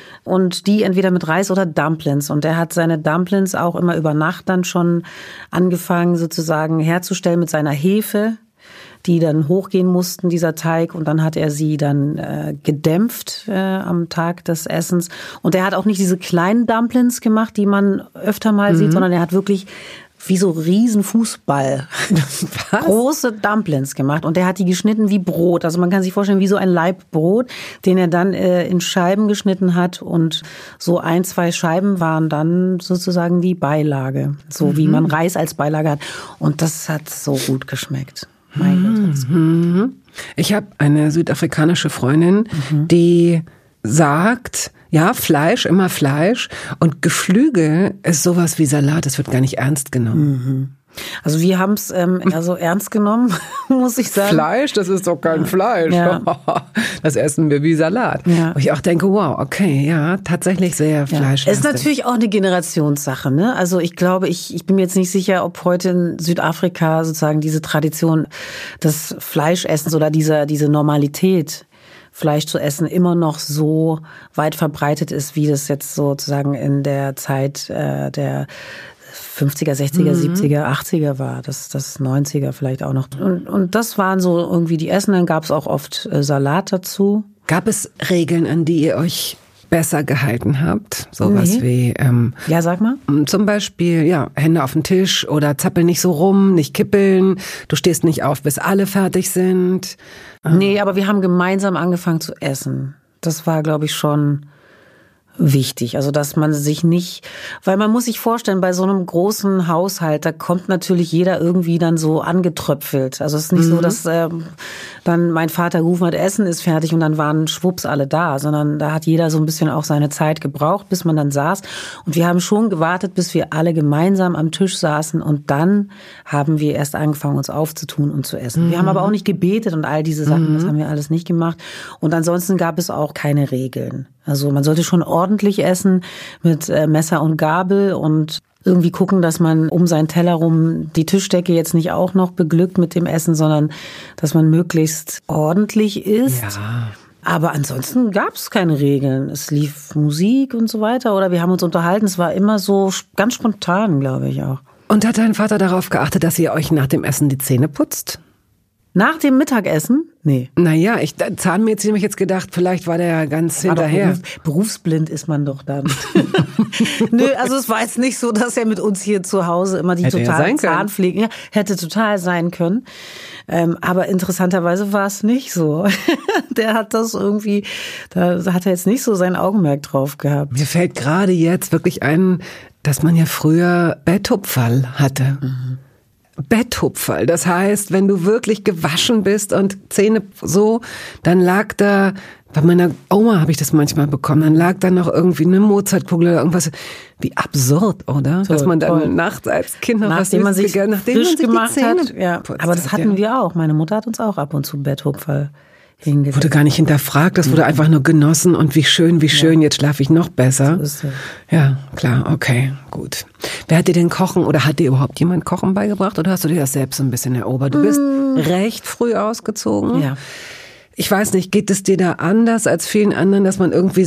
und die entweder mit Reis oder Dumplings. Und er hat seine Dumplings auch immer über Nacht dann schon angefangen sozusagen herzustellen mit seiner Hefe, die dann hochgehen mussten, dieser Teig. Und dann hat er sie dann gedämpft am Tag des Essens. Und er hat auch nicht diese kleinen Dumplings gemacht, die man öfter mal sieht, sondern er hat wirklich wie so riesen Fußball große Dumplings gemacht. Und er hat die geschnitten wie Brot. Also man kann sich vorstellen, wie so ein Laib Brot, den er dann in Scheiben geschnitten hat. Und so 1, 2 Scheiben waren dann sozusagen die Beilage. So wie man Reis als Beilage hat. Und das hat so gut geschmeckt. Mein Gott, hat's gut. Ich habe eine südafrikanische Freundin, die sagt, ja, Fleisch, immer Fleisch. Und Geflügel ist sowas wie Salat, das wird gar nicht ernst genommen. Also wir haben es also ernst genommen, muss ich sagen. Fleisch, das ist doch kein Fleisch. Ja. Das essen wir wie Salat. Ja. Wo ich auch denke, wow, okay, ja, tatsächlich sehr fleischlastig. Es ist natürlich auch eine Generationssache, ne? Also ich glaube, ich bin mir jetzt nicht sicher, ob heute in Südafrika sozusagen diese Tradition des Fleischessens oder diese Normalität, Fleisch zu essen, immer noch so weit verbreitet ist, wie das jetzt sozusagen in der Zeit der 50er, 60er, 70er, 80er war, das 90er vielleicht auch noch. Und das waren so irgendwie die Essen, dann gab es auch oft Salat dazu. Gab es Regeln, an die ihr euch besser gehalten habt? Sowas wie ja, sag mal. Zum Beispiel, ja, Hände auf den Tisch oder zappel nicht so rum, nicht kippeln, du stehst nicht auf, bis alle fertig sind. Nee, aber wir haben gemeinsam angefangen zu essen. Das war, glaube ich, schon wichtig. Also, dass man sich nicht, weil man muss sich vorstellen, bei so einem großen Haushalt, da kommt natürlich jeder irgendwie dann so angetröpfelt. Also, es ist nicht so, dass dann mein Vater gerufen hat, Essen ist fertig und dann waren schwupps alle da, sondern da hat jeder so ein bisschen auch seine Zeit gebraucht, bis man dann saß. Und wir haben schon gewartet, bis wir alle gemeinsam am Tisch saßen und dann haben wir erst angefangen, uns aufzutun und zu essen. Wir haben aber auch nicht gebetet und all diese Sachen, das haben wir alles nicht gemacht. Und ansonsten gab es auch keine Regeln. Also man sollte schon ordentlich essen mit Messer und Gabel und irgendwie gucken, dass man um seinen Teller rum die Tischdecke jetzt nicht auch noch beglückt mit dem Essen, sondern dass man möglichst ordentlich isst. Ja. Aber ansonsten gab es keine Regeln. Es lief Musik und so weiter oder wir haben uns unterhalten. Es war immer so ganz spontan, glaube ich auch. Und hat dein Vater darauf geachtet, dass ihr euch nach dem Essen die Zähne putzt? Nach dem Mittagessen? Nee. Naja, Zahnmedizin habe ich jetzt gedacht, vielleicht war der ja ganz hinterher. Berufsblind ist man doch dann. Nö, also es war jetzt nicht so, dass er mit uns hier zu Hause immer die totalen Zahnpflegen, ja, hätte total sein können. Aber interessanterweise war es nicht so. Der hat das irgendwie, da hat er jetzt nicht so sein Augenmerk drauf gehabt. Mir fällt gerade jetzt wirklich ein, dass man ja früher Betthupferl hatte. Betthupferl, das heißt, wenn du wirklich gewaschen bist und Zähne so, dann lag da, bei meiner Oma habe ich das manchmal bekommen, dann lag da noch irgendwie eine Mozartkugel oder irgendwas. Wie absurd, oder? So, dass man dann nachts als Kind noch nachdem man sich frisch gemacht die Zähne hat. Ja. Aber das hatten wir auch. Meine Mutter hat uns auch ab und zu Betthupferl hingelegt. Wurde gar nicht hinterfragt, das wurde einfach nur genossen und wie schön, jetzt schlafe ich noch besser. So ist es. Ja, klar, okay, gut. Wer hat dir denn Kochen oder hat dir überhaupt jemand Kochen beigebracht oder hast du dir das selbst so ein bisschen erobert? Du bist recht früh ausgezogen. Ja. Ich weiß nicht, geht es dir da anders als vielen anderen, dass man irgendwie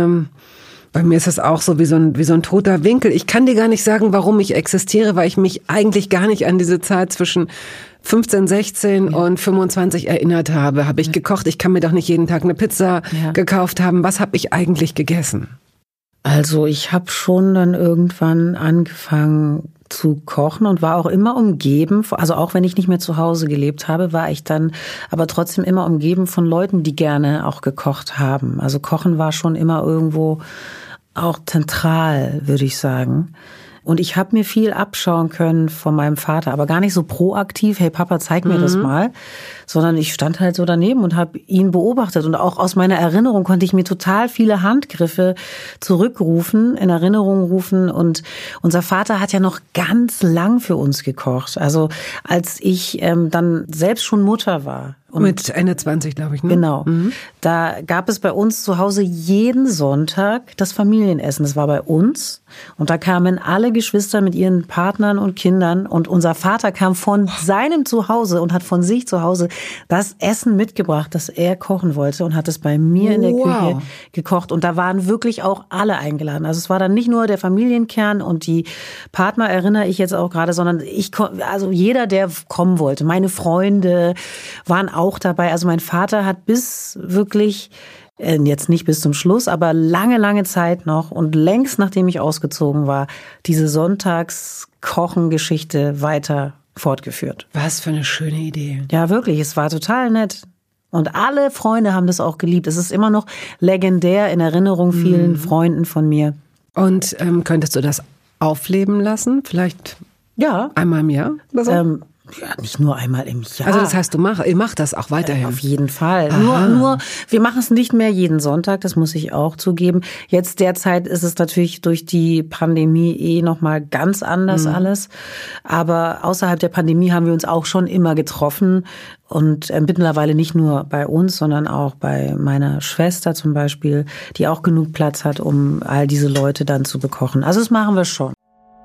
bei mir ist das auch so wie so ein toter Winkel. Ich kann dir gar nicht sagen, warum ich existiere, weil ich mich eigentlich gar nicht an diese Zeit zwischen 15, 16 und 25 erinnert habe. Habe ich gekocht? Ich kann mir doch nicht jeden Tag eine Pizza gekauft haben. Was habe ich eigentlich gegessen? Also ich habe schon dann irgendwann angefangen zu kochen und war auch immer umgeben, also auch wenn ich nicht mehr zu Hause gelebt habe, war ich dann aber trotzdem immer umgeben von Leuten, die gerne auch gekocht haben. Also Kochen war schon immer irgendwo auch zentral, würde ich sagen. Und ich habe mir viel abschauen können von meinem Vater, aber gar nicht so proaktiv, hey Papa, zeig mir das mal, sondern ich stand halt so daneben und habe ihn beobachtet. Und auch aus meiner Erinnerung konnte ich mir total viele Handgriffe zurückrufen, in Erinnerung rufen. Und unser Vater hat ja noch ganz lang für uns gekocht. Also als ich dann selbst schon Mutter war. Und mit Ende 20, glaube ich, ne? Genau. Da gab es bei uns zu Hause jeden Sonntag das Familienessen. Das war bei uns. Und da kamen alle Geschwister mit ihren Partnern und Kindern. Und unser Vater kam von seinem Zuhause und hat von sich zu Hause das Essen mitgebracht, das er kochen wollte. Und hat es bei mir in der Küche gekocht. Und da waren wirklich auch alle eingeladen. Also es war dann nicht nur der Familienkern und die Partner, erinnere ich jetzt auch gerade, sondern also jeder, der kommen wollte. Meine Freunde waren auch dabei. Also mein Vater hat bis wirklich, jetzt nicht bis zum Schluss, aber lange, lange Zeit noch und längst nachdem ich ausgezogen war, diese Sonntagskochen-Geschichte weiter fortgeführt. Was für eine schöne Idee. Ja, wirklich, es war total nett. Und alle Freunde haben das auch geliebt. Es ist immer noch legendär in Erinnerung vielen Freunden von mir. Und könntest du das aufleben lassen? Vielleicht einmal im Jahr oder so? Ja, nicht nur einmal im Jahr. Also das heißt, ihr macht das auch weiterhin? Auf jeden Fall. Nur, wir machen es nicht mehr jeden Sonntag, das muss ich auch zugeben. Jetzt derzeit ist es natürlich durch die Pandemie nochmal ganz anders alles. Aber außerhalb der Pandemie haben wir uns auch schon immer getroffen. Und mittlerweile nicht nur bei uns, sondern auch bei meiner Schwester zum Beispiel, die auch genug Platz hat, um all diese Leute dann zu bekochen. Also das machen wir schon.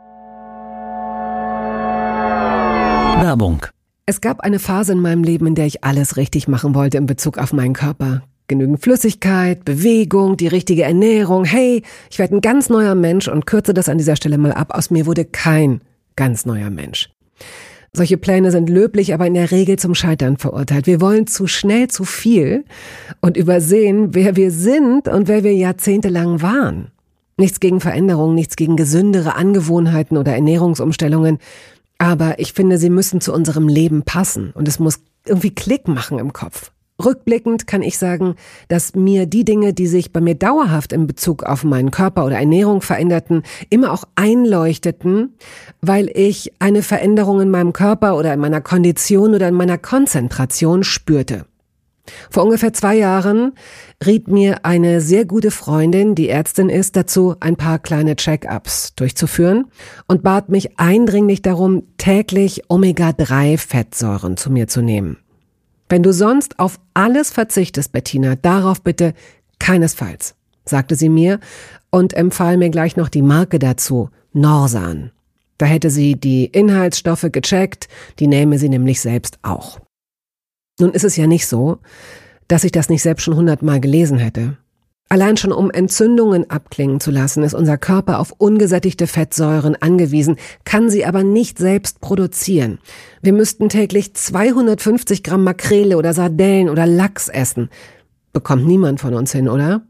Werbung. Es gab eine Phase in meinem Leben, in der ich alles richtig machen wollte in Bezug auf meinen Körper. Genügend Flüssigkeit, Bewegung, die richtige Ernährung. Hey, ich werde ein ganz neuer Mensch und kürze das an dieser Stelle mal ab. Aus mir wurde kein ganz neuer Mensch. Solche Pläne sind löblich, aber in der Regel zum Scheitern verurteilt. Wir wollen zu schnell zu viel und übersehen, wer wir sind und wer wir jahrzehntelang waren. Nichts gegen Veränderungen, nichts gegen gesündere Angewohnheiten oder Ernährungsumstellungen. Aber ich finde, sie müssen zu unserem Leben passen und es muss irgendwie Klick machen im Kopf. Rückblickend kann ich sagen, dass mir die Dinge, die sich bei mir dauerhaft in Bezug auf meinen Körper oder Ernährung veränderten, immer auch einleuchteten, weil ich eine Veränderung in meinem Körper oder in meiner Kondition oder in meiner Konzentration spürte. Vor ungefähr 2 Jahren riet mir eine sehr gute Freundin, die Ärztin ist, dazu, ein paar kleine Check-ups durchzuführen und bat mich eindringlich darum, täglich Omega-3-Fettsäuren zu mir zu nehmen. Wenn du sonst auf alles verzichtest, Bettina, darauf bitte keinesfalls, sagte sie mir und empfahl mir gleich noch die Marke dazu, Norsan. Da hätte sie die Inhaltsstoffe gecheckt, die nähme sie nämlich selbst auch. Nun ist es ja nicht so, dass ich das nicht selbst schon 100-mal gelesen hätte. Allein schon um Entzündungen abklingen zu lassen, ist unser Körper auf ungesättigte Fettsäuren angewiesen, kann sie aber nicht selbst produzieren. Wir müssten täglich 250 Gramm Makrele oder Sardellen oder Lachs essen. Bekommt niemand von uns hin, oder?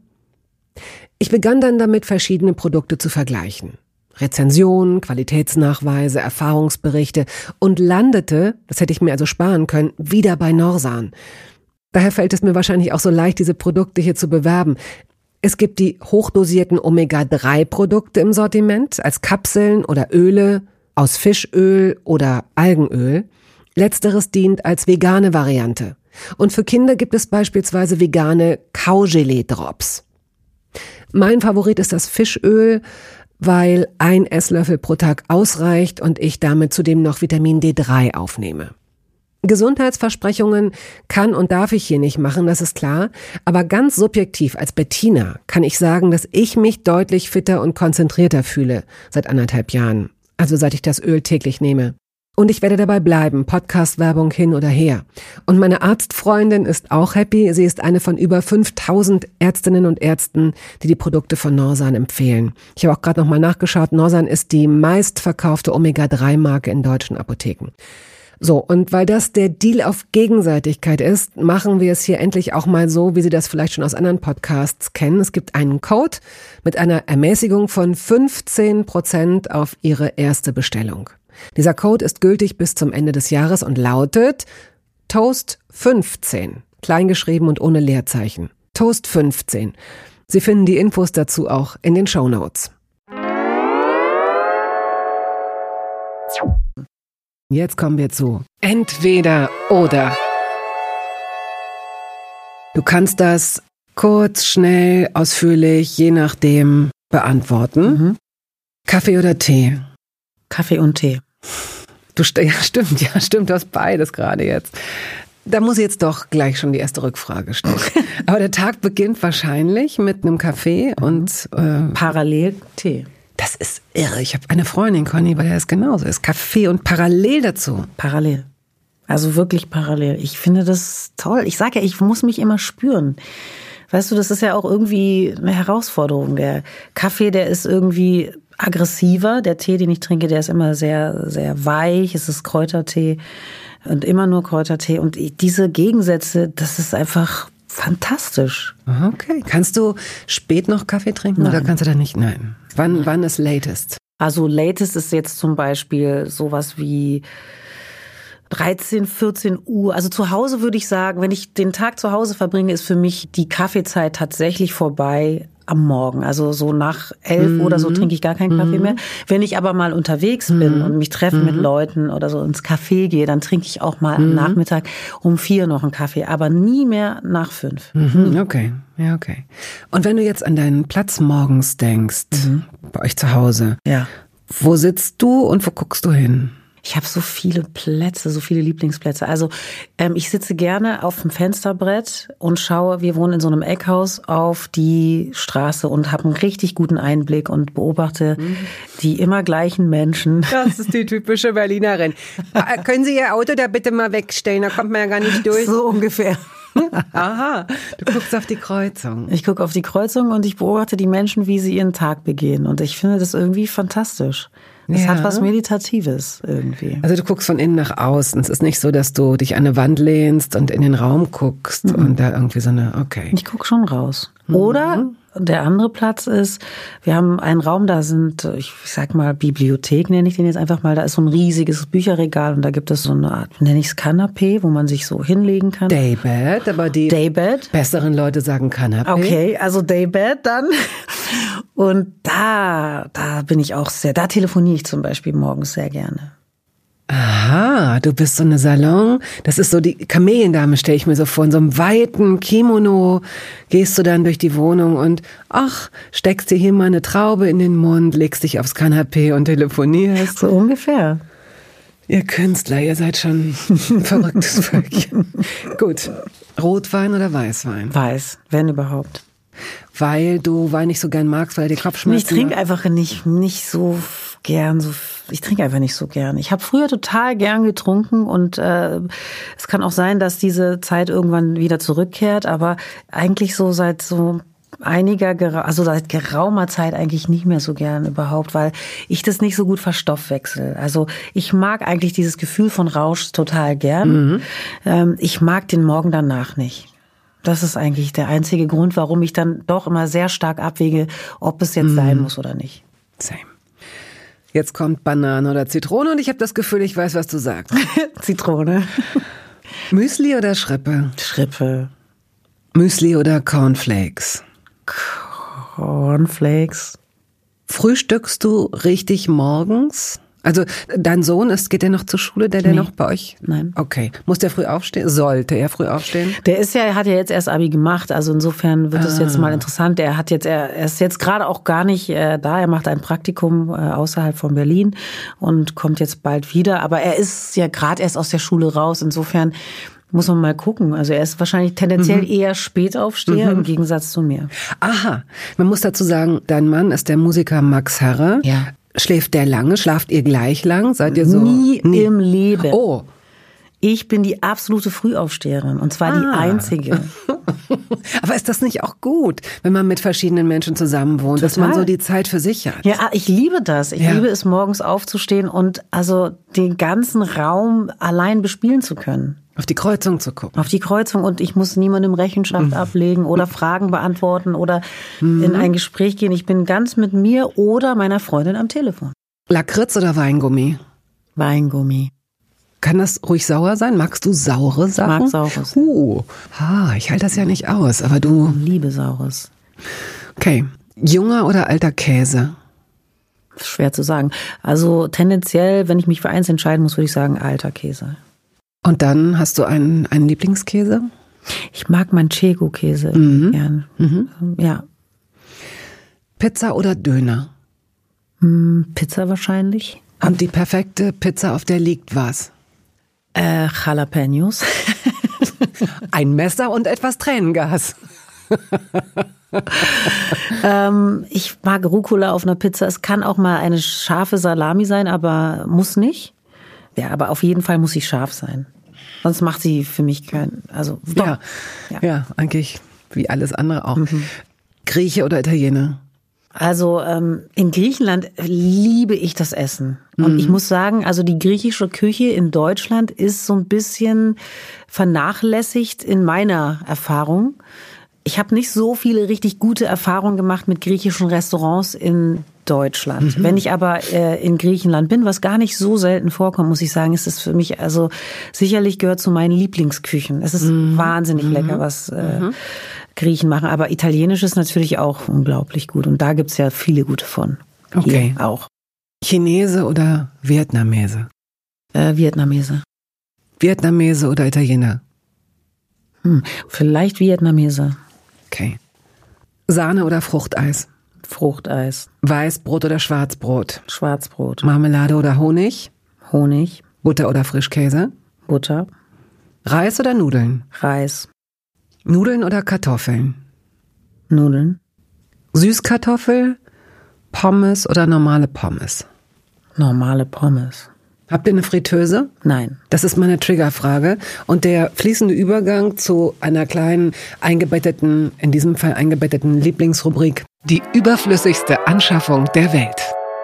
Ich begann dann damit, verschiedene Produkte zu vergleichen. Rezensionen, Qualitätsnachweise, Erfahrungsberichte und landete, das hätte ich mir also sparen können, wieder bei Norsan. Daher fällt es mir wahrscheinlich auch so leicht, diese Produkte hier zu bewerben. Es gibt die hochdosierten Omega-3-Produkte im Sortiment als Kapseln oder Öle aus Fischöl oder Algenöl. Letzteres dient als vegane Variante. Und für Kinder gibt es beispielsweise vegane Kaugelee-Drops. Mein Favorit ist das Fischöl, weil 1 Esslöffel pro Tag ausreicht und ich damit zudem noch Vitamin D3 aufnehme. Gesundheitsversprechungen kann und darf ich hier nicht machen, das ist klar, aber ganz subjektiv als Bettina kann ich sagen, dass ich mich deutlich fitter und konzentrierter fühle seit 1,5 Jahren, also seit ich das Öl täglich nehme. Und ich werde dabei bleiben, Podcast-Werbung hin oder her. Und meine Arztfreundin ist auch happy. Sie ist eine von über 5000 Ärztinnen und Ärzten, die die Produkte von Norsan empfehlen. Ich habe auch gerade nochmal nachgeschaut. Norsan ist die meistverkaufte Omega-3-Marke in deutschen Apotheken. So, und weil das der Deal auf Gegenseitigkeit ist, machen wir es hier endlich auch mal so, wie Sie das vielleicht schon aus anderen Podcasts kennen. Es gibt einen Code mit einer Ermäßigung von 15% auf Ihre erste Bestellung. Dieser Code ist gültig bis zum Ende des Jahres und lautet TOAST15, kleingeschrieben und ohne Leerzeichen. TOAST15. Sie finden die Infos dazu auch in den Shownotes. Jetzt kommen wir zu Entweder oder. Du kannst das kurz, schnell, ausführlich, je nachdem beantworten. Kaffee oder Tee? Kaffee und Tee. Stimmt, du hast beides gerade jetzt. Da muss ich jetzt doch gleich schon die erste Rückfrage stellen. Aber der Tag beginnt wahrscheinlich mit einem Kaffee und parallel Tee. Das ist irre. Ich habe eine Freundin, Conny, bei der es genauso ist. Kaffee und parallel dazu. Parallel. Also wirklich parallel. Ich finde das toll. Ich sage ja, ich muss mich immer spüren. Weißt du, das ist ja auch irgendwie eine Herausforderung. Der Kaffee, der ist irgendwie aggressiver. Der Tee, den ich trinke, der ist immer sehr, sehr weich. Es ist Kräutertee und immer nur Kräutertee. Und diese Gegensätze, das ist einfach fantastisch. Okay. Kannst du spät noch Kaffee trinken? Nein. Oder kannst du da nicht? Nein. Wann ist latest? Also latest ist jetzt zum Beispiel sowas wie 13, 14 Uhr. Also zu Hause würde ich sagen, wenn ich den Tag zu Hause verbringe, ist für mich die Kaffeezeit tatsächlich vorbei am Morgen. Also so nach 11 oder so trinke ich gar keinen Kaffee mehr. Wenn ich aber mal unterwegs bin und mich treffe mit Leuten oder so ins Café gehe, dann trinke ich auch mal am Nachmittag um 4 noch einen Kaffee, aber nie mehr nach 5. Okay, ja, okay. Und wenn du jetzt an deinen Platz morgens denkst, bei euch zu Hause, ja. Wo sitzt du und wo guckst du hin? Ich habe so viele Plätze, so viele Lieblingsplätze. Also ich sitze gerne auf dem Fensterbrett und schaue, wir wohnen in so einem Eckhaus, auf die Straße und habe einen richtig guten Einblick und beobachte die immer gleichen Menschen. Das ist die typische Berlinerin. Können Sie Ihr Auto da bitte mal wegstellen, da kommt man ja gar nicht durch. So ungefähr. Aha, du guckst auf die Kreuzung. Ich gucke auf die Kreuzung und ich beobachte die Menschen, wie sie ihren Tag begehen. Und ich finde das irgendwie fantastisch. Es hat was Meditatives irgendwie. Also du guckst von innen nach außen. Es ist nicht so, dass du dich an eine Wand lehnst und in den Raum guckst und da irgendwie so eine, okay. Ich gucke schon raus. Oder der andere Platz ist, wir haben einen Raum, da sind, ich sag mal, Bibliothek nenne ich den jetzt einfach mal, da ist so ein riesiges Bücherregal und da gibt es so eine Art, nenne ich es Kanapee, wo man sich so hinlegen kann. Daybed, aber die besseren Leute sagen Kanapee. Okay, also Daybed dann. Und da bin ich auch da telefoniere ich zum Beispiel morgens sehr gerne. Aha, du bist so eine Salon, das ist so die Kameliendame, stelle ich mir so vor, in so einem weiten Kimono gehst du dann durch die Wohnung und steckst dir hier mal eine Traube in den Mund, legst dich aufs Kanapee und telefonierst. So ungefähr. Ihr Künstler, ihr seid schon ein verrücktes Völkchen. Gut, Rotwein oder Weißwein? Weiß, wenn überhaupt. Weil du Wein nicht so gern magst, weil dir Kopfschmerzen Ich trinke einfach nicht so gern. Ich trinke einfach nicht so gern. Ich habe früher total gern getrunken und es kann auch sein, dass diese Zeit irgendwann wieder zurückkehrt, aber eigentlich so seit geraumer Zeit eigentlich nicht mehr so gern überhaupt, weil ich das nicht so gut verstoffwechsel. Also ich mag eigentlich dieses Gefühl von Rausch total gern. Ich mag den Morgen danach nicht. Das ist eigentlich der einzige Grund, warum ich dann doch immer sehr stark abwäge, ob es jetzt sein muss oder nicht. Same. Jetzt kommt Banane oder Zitrone und ich habe das Gefühl, ich weiß, was du sagst. Zitrone. Müsli oder Schrippe? Schrippe. Müsli oder Cornflakes? Cornflakes. Frühstückst du richtig morgens? Also dein Sohn geht der noch zur Schule, der noch bei euch? Nein. Okay. Muss der früh aufstehen? Sollte er früh aufstehen? Hat ja jetzt erst Abi gemacht, also insofern wird es jetzt mal interessant. Er ist jetzt gerade auch gar nicht da, er macht ein Praktikum außerhalb von Berlin und kommt jetzt bald wieder, aber er ist ja gerade erst aus der Schule raus, insofern muss man mal gucken. Also er ist wahrscheinlich tendenziell eher Spätaufsteher im Gegensatz zu mir. Aha. Man muss dazu sagen, dein Mann ist der Musiker Max Herre. Ja. Schläft der lange? Schlaft ihr gleich lang? Seid ihr so? Nie im Leben. Oh. Ich bin die absolute Frühaufsteherin und zwar die einzige. Aber ist das nicht auch gut, wenn man mit verschiedenen Menschen zusammenwohnt, dass man so die Zeit für sich hat? Ja, ich liebe das. Ich liebe es, morgens aufzustehen und also den ganzen Raum allein bespielen zu können. Auf die Kreuzung zu gucken. Auf die Kreuzung und ich muss niemandem Rechenschaft ablegen oder Fragen beantworten oder in ein Gespräch gehen. Ich bin ganz mit mir oder meiner Freundin am Telefon. Lakritz oder Weingummi? Weingummi. Kann das ruhig sauer sein? Magst du saure Sachen? Ich mag Saures. Ich halte das ja nicht aus, aber du... Ich liebe Saures. Okay. Junger oder alter Käse? Schwer zu sagen. Also tendenziell, wenn ich mich für eins entscheiden muss, würde ich sagen alter Käse. Und dann hast du einen Lieblingskäse? Ich mag Manchego-Käse gern. Ja. Pizza oder Döner? Pizza wahrscheinlich. Und die perfekte Pizza, auf der liegt was? Jalapenos. Ein Messer und etwas Tränengas. Ich mag Rucola auf einer Pizza. Es kann auch mal eine scharfe Salami sein, aber muss nicht. Ja, aber auf jeden Fall muss sie scharf sein. Sonst macht sie für mich Ja, eigentlich wie alles andere auch. Grieche oder Italiener? Also in Griechenland liebe ich das Essen. Und ich muss sagen, also die griechische Küche in Deutschland ist so ein bisschen vernachlässigt in meiner Erfahrung. Ich habe nicht so viele richtig gute Erfahrungen gemacht mit griechischen Restaurants in Deutschland. Wenn ich aber in Griechenland bin, was gar nicht so selten vorkommt, muss ich sagen, ist es für mich, also sicherlich gehört zu meinen Lieblingsküchen. Es ist wahnsinnig lecker, was Griechen machen. Aber Italienisch ist natürlich auch unglaublich gut. Und da gibt's ja viele gute von. Okay. Hier auch. Chinese oder Vietnamese? Vietnamese. Vietnamese oder Italiener? Vielleicht Vietnamese. Okay. Sahne oder Fruchteis? Fruchteis. Weißbrot oder Schwarzbrot? Schwarzbrot. Marmelade oder Honig? Honig. Butter oder Frischkäse? Butter. Reis oder Nudeln? Reis. Nudeln oder Kartoffeln? Nudeln. Süßkartoffel, Pommes oder normale Pommes? Normale Pommes. Habt ihr eine Fritteuse? Nein. Das ist meine Triggerfrage. Und der fließende Übergang zu einer kleinen in diesem Fall eingebetteten Lieblingsrubrik. Die überflüssigste Anschaffung der Welt.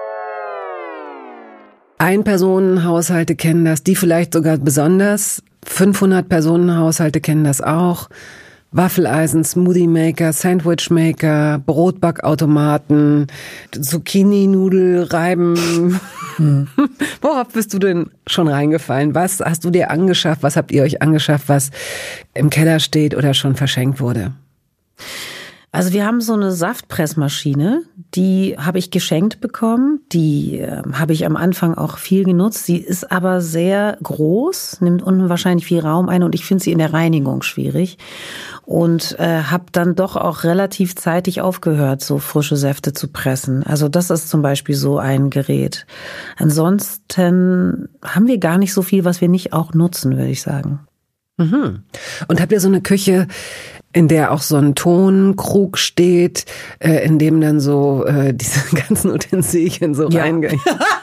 Ein-Personen-Haushalte kennen das, die vielleicht sogar besonders. 500-Personen-Haushalte kennen das auch. Waffeleisen, Smoothie Maker, Sandwich Maker, Brotbackautomaten, Zucchini-Nudel reiben. Worauf bist du denn schon reingefallen? Was hast du dir angeschafft? Was habt ihr euch angeschafft, was im Keller steht oder schon verschenkt wurde? Also wir haben so eine Saftpressmaschine, die habe ich geschenkt bekommen. Die habe ich am Anfang auch viel genutzt. Sie ist aber sehr groß, nimmt unten wahrscheinlich viel Raum ein und ich finde sie in der Reinigung schwierig. Und habe dann doch auch relativ zeitig aufgehört, so frische Säfte zu pressen. Also das ist zum Beispiel so ein Gerät. Ansonsten haben wir gar nicht so viel, was wir nicht auch nutzen, würde ich sagen. Mhm. Und habt ihr so eine Küche, in der auch so ein Tonkrug steht, in dem dann so diese ganzen Utensilien so reingehen?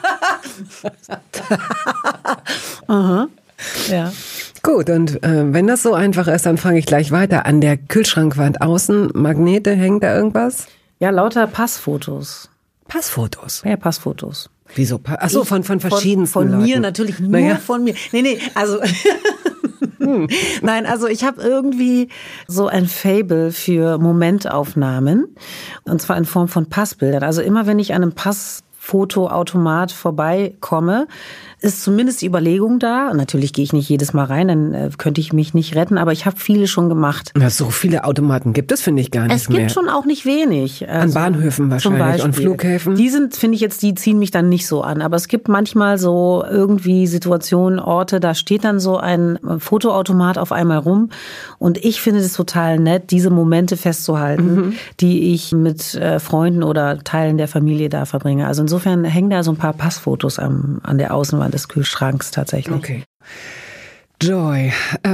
Aha. Ja. Gut, und wenn das so einfach ist, dann frage ich gleich weiter. An der Kühlschrankwand außen, Magnete, hängt da irgendwas? Ja, lauter Passfotos. Passfotos? Ja, Passfotos. Wieso? Ach so, von verschiedensten Von Leuten. mir natürlich, nur von mir. Nee, also... Nein, also ich habe irgendwie so ein Faible für Momentaufnahmen und zwar in Form von Passbildern. Also immer wenn ich an einem Passfotoautomat vorbeikomme, ist zumindest die Überlegung da. Natürlich gehe ich nicht jedes Mal rein, dann könnte ich mich nicht retten, aber ich habe viele schon gemacht. Ja, so viele Automaten gibt es, finde ich, gar nicht mehr. Es gibt schon auch nicht wenig. Also, an Bahnhöfen wahrscheinlich und Flughäfen. Die sind, finde ich jetzt, die ziehen mich dann nicht so an. Aber es gibt manchmal so irgendwie Situationen, Orte, da steht dann so ein Fotoautomat auf einmal rum. Und ich finde es total nett, diese Momente festzuhalten, die ich mit Freunden oder Teilen der Familie da verbringe. Also insofern hängen da so ein paar Passfotos an der Außenwand des Kühlschranks tatsächlich. Okay. Joy,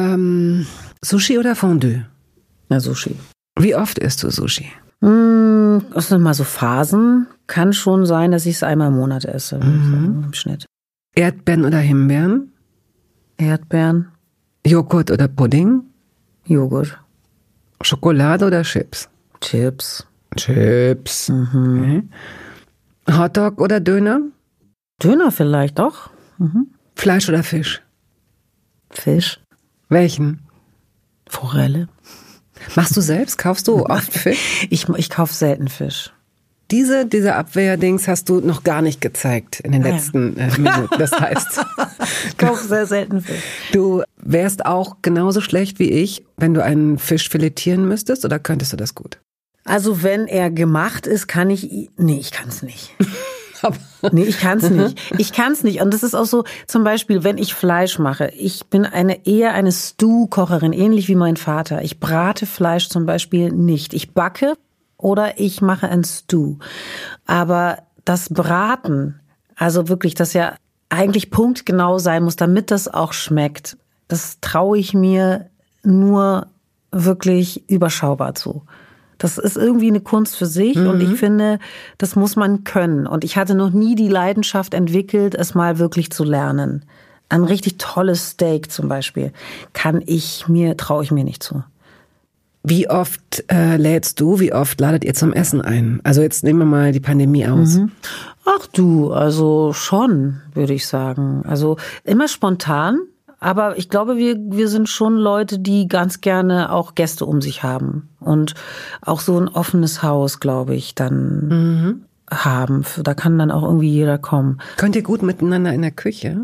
Sushi oder Fondue? Na, Sushi. Wie oft isst du Sushi? Das sind mal so Phasen. Kann schon sein, dass ich es einmal im Monat esse, im Schnitt. Erdbeeren oder Himbeeren? Erdbeeren. Joghurt oder Pudding? Joghurt. Schokolade oder Chips? Chips. Chips. Okay. Hotdog oder Döner? Döner vielleicht, doch. Fleisch oder Fisch? Fisch. Welchen? Forelle. Machst du selbst? Kaufst du oft Fisch? Ich kaufe selten Fisch. Diese Abwehrdings hast du noch gar nicht gezeigt in den letzten Minuten. Das heißt, ich kaufe sehr selten Fisch. Du wärst auch genauso schlecht wie ich, wenn du einen Fisch filetieren müsstest, oder könntest du das gut? Also wenn er gemacht ist, kann ich... Nee, ich kann es nicht. Nee, ich kann's nicht. Ich kann's nicht. Und das ist auch so, zum Beispiel, wenn ich Fleisch mache. Ich bin eher eine Stew-Kocherin, ähnlich wie mein Vater. Ich brate Fleisch zum Beispiel nicht. Ich backe oder ich mache ein Stew. Aber das Braten, also wirklich, das ja eigentlich punktgenau sein muss, damit das auch schmeckt, das traue ich mir nur wirklich überschaubar zu. Das ist irgendwie eine Kunst für sich und ich finde, das muss man können. Und ich hatte noch nie die Leidenschaft entwickelt, es mal wirklich zu lernen. Ein richtig tolles Steak zum Beispiel traue ich mir nicht zu. Wie oft lädst du, wie oft ladet ihr zum Essen ein? Also jetzt nehmen wir mal die Pandemie aus. Ach du, also schon, würde ich sagen. Also immer spontan. Aber ich glaube, wir sind schon Leute, die ganz gerne auch Gäste um sich haben. Und auch so ein offenes Haus, glaube ich, dann haben. Da kann dann auch irgendwie jeder kommen. Könnt ihr gut miteinander in der Küche?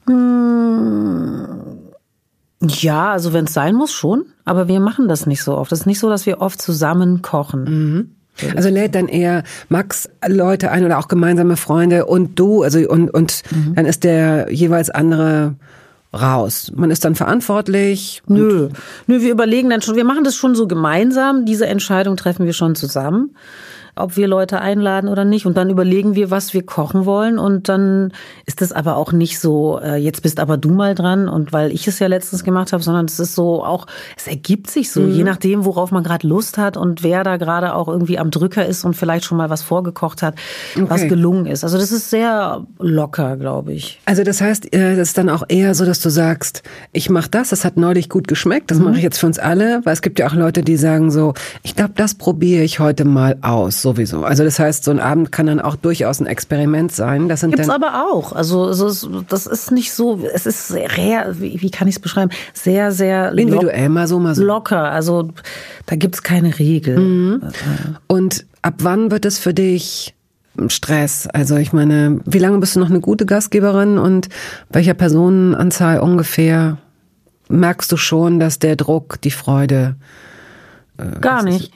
Ja, also wenn es sein muss, schon. Aber wir machen das nicht so oft. Es ist nicht so, dass wir oft zusammen kochen. Also lädt dann eher Max Leute ein oder auch gemeinsame Freunde und du, also und dann ist der jeweils andere raus. Man ist dann verantwortlich. Nö, wir überlegen dann schon, wir machen das schon so gemeinsam. Diese Entscheidung treffen wir schon zusammen, ob wir Leute einladen oder nicht. Und dann überlegen wir, was wir kochen wollen. Und dann ist das aber auch nicht so, jetzt bist aber du mal dran. Und weil ich es ja letztens gemacht habe, sondern es ist so auch, es ergibt sich so, je nachdem, worauf man gerade Lust hat und wer da gerade auch irgendwie am Drücker ist und vielleicht schon mal was vorgekocht hat, was gelungen ist. Also das ist sehr locker, glaube ich. Also das heißt, das ist dann auch eher so, dass du sagst, ich mache das hat neulich gut geschmeckt, das mache ich jetzt für uns alle. Weil es gibt ja auch Leute, die sagen so, ich glaube, das probiere ich heute mal aus. sowieso. Also das heißt, so ein Abend kann dann auch durchaus ein Experiment sein. Das sind Gibt's aber auch. Also das ist nicht so, es ist sehr, wie kann ich es beschreiben? Sehr, sehr individuell, mal so. Locker. Also da gibt's keine Regel. Und ab wann wird es für dich Stress? Also ich meine, wie lange bist du noch eine gute Gastgeberin und welcher Personenanzahl ungefähr merkst du schon, dass der Druck, die Freude... Gar nicht.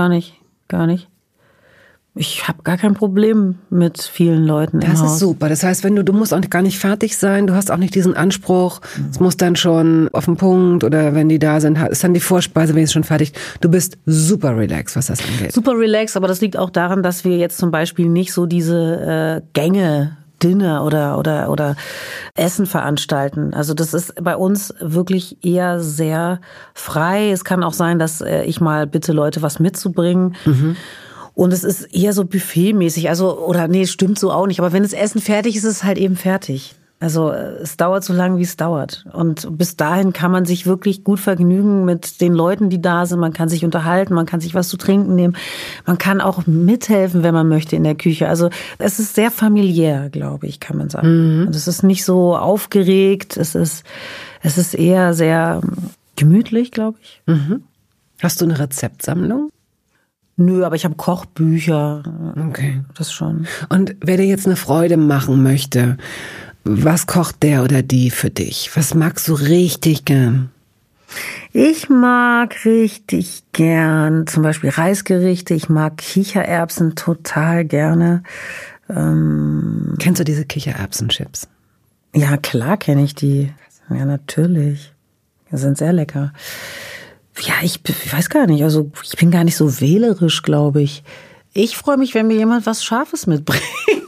Ich habe gar kein Problem mit vielen Leuten im Haus. Das ist super. Das heißt, du musst auch gar nicht fertig sein, du hast auch nicht diesen Anspruch, es muss dann schon auf den Punkt oder wenn die da sind, ist dann die Vorspeise wenigstens schon fertig. Du bist super relaxed, was das angeht. Super relaxed, aber das liegt auch daran, dass wir jetzt zum Beispiel nicht so diese Gänge, Dinner oder Essen veranstalten. Also das ist bei uns wirklich eher sehr frei. Es kann auch sein, dass ich mal bitte Leute was mitzubringen. Und es ist eher so buffetmäßig. Stimmt so auch nicht. Aber wenn das Essen fertig ist, ist es halt eben fertig. Also es dauert so lange, wie es dauert. Und bis dahin kann man sich wirklich gut vergnügen mit den Leuten, die da sind. Man kann sich unterhalten, man kann sich was zu trinken nehmen. Man kann auch mithelfen, wenn man möchte in der Küche. Also es ist sehr familiär, glaube ich, kann man sagen. Und es ist nicht so aufgeregt. Es ist eher sehr gemütlich, glaube ich. Hast du eine Rezeptsammlung? Nö, aber ich habe Kochbücher. Okay. Das schon. Und wer dir jetzt eine Freude machen möchte, was kocht der oder die für dich? Was magst du richtig gern? Ich mag richtig gern zum Beispiel Reisgerichte. Ich mag Kichererbsen total gerne. Kennst du diese Kichererbsenchips? Ja, klar kenne ich die. Ja, natürlich. Die sind sehr lecker. Ja, ich weiß gar nicht. Also ich bin gar nicht so wählerisch, glaube ich. Ich freue mich, wenn mir jemand was Scharfes mitbringt.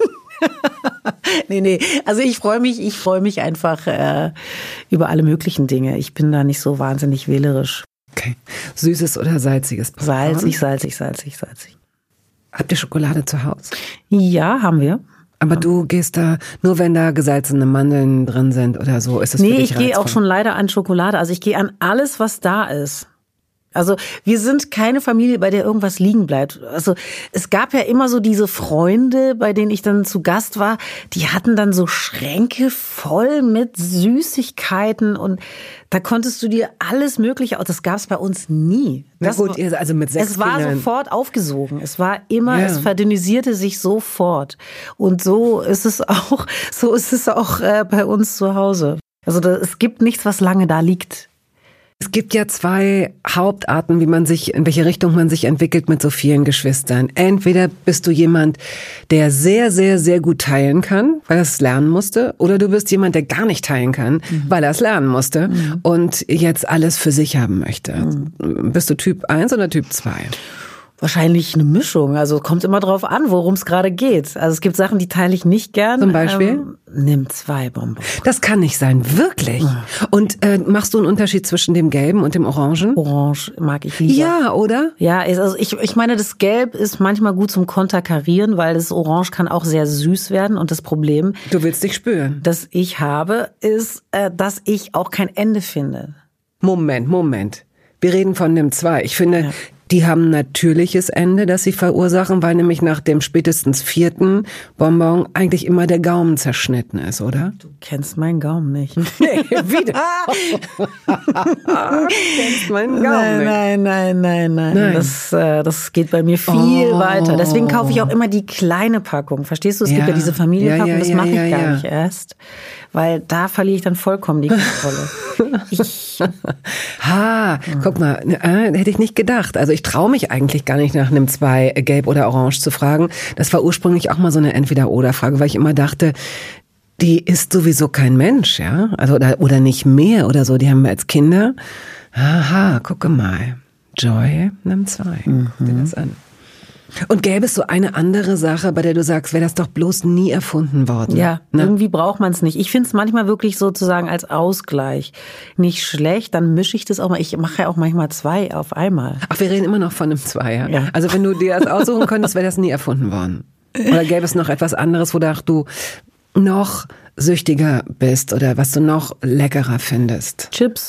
Nee. Also ich freue mich einfach über alle möglichen Dinge. Ich bin da nicht so wahnsinnig wählerisch. Okay. Süßes oder salziges Popcorn? Salzig. Habt ihr Schokolade zu Hause? Ja, haben wir. Aber du gehst da, nur wenn da gesalzene Mandeln drin sind oder so, ist es für dich reizvoll? Nee, ich gehe auch schon leider an Schokolade. Also ich gehe an alles, was da ist. Also wir sind keine Familie, bei der irgendwas liegen bleibt. Also es gab ja immer so diese Freunde, bei denen ich dann zu Gast war, die hatten dann so Schränke voll mit Süßigkeiten und da konntest du dir alles Mögliche, das gab es bei uns nie. Na gut, also mit 6 Es war Kindern. sofort aufgesogen. Es war immer, Ja. Es verdünnisierte sich sofort. Und so ist es auch bei uns zu Hause. Also es gibt nichts, was lange da liegt. Es gibt ja 2 Hauptarten, in welche Richtung man sich entwickelt mit so vielen Geschwistern. Entweder bist du jemand, der sehr, sehr, sehr gut teilen kann, weil er es lernen musste, oder du bist jemand, der gar nicht teilen kann, weil er es lernen musste und jetzt alles für sich haben möchte. Bist du Typ 1 oder Typ 2? Wahrscheinlich eine Mischung. Also kommt immer drauf an, worum es gerade geht. Also es gibt Sachen, die teile ich nicht gern. Zum Beispiel? Nimm 2 Bonbons. Das kann nicht sein, wirklich. Und machst du einen Unterschied zwischen dem Gelben und dem Orangen? Orange mag ich lieber. Ja, oder? Ja, also ich meine, das Gelb ist manchmal gut zum Konterkarieren, weil das Orange kann auch sehr süß werden. Und das Problem, Du willst dich spüren. das ich habe, ist, dass ich auch kein Ende finde. Moment. Wir reden von dem 2. Ich finde, die haben ein natürliches Ende, das sie verursachen, weil nämlich nach dem spätestens 4. Bonbon eigentlich immer der Gaumen zerschnitten ist, oder? Du kennst meinen Gaumen nicht. Nee, wieder. Du kennst meinen Gaumen nicht. Nein. Das geht bei mir viel weiter. Deswegen kaufe ich auch immer die kleine Packung. Verstehst du? Es gibt ja diese Familienpackung, das mache ich gar nicht erst. Weil da verliere ich dann vollkommen die Kontrolle. Guck mal, hätte ich nicht gedacht. Also ich traue mich eigentlich gar nicht nach einem 2 Gelb oder Orange zu fragen. Das war ursprünglich auch mal so eine Entweder-oder-Frage, weil ich immer dachte, die ist sowieso kein Mensch, ja? Also oder nicht mehr oder so. Die haben wir als Kinder. Aha, gucke mal. Joy, nimm 2. Guck dir das an. Und gäbe es so eine andere Sache, bei der du sagst, wäre das doch bloß nie erfunden worden? Ja, irgendwie braucht man es nicht. Ich finde es manchmal wirklich sozusagen als Ausgleich nicht schlecht. Dann mische ich das auch mal. Ich mache ja auch manchmal 2 auf einmal. Ach, wir reden immer noch von einem 2, Ja. Also wenn du dir das aussuchen könntest, wäre das nie erfunden worden. Oder gäbe es noch etwas anderes, wonach du noch süchtiger bist oder was du noch leckerer findest? Chips.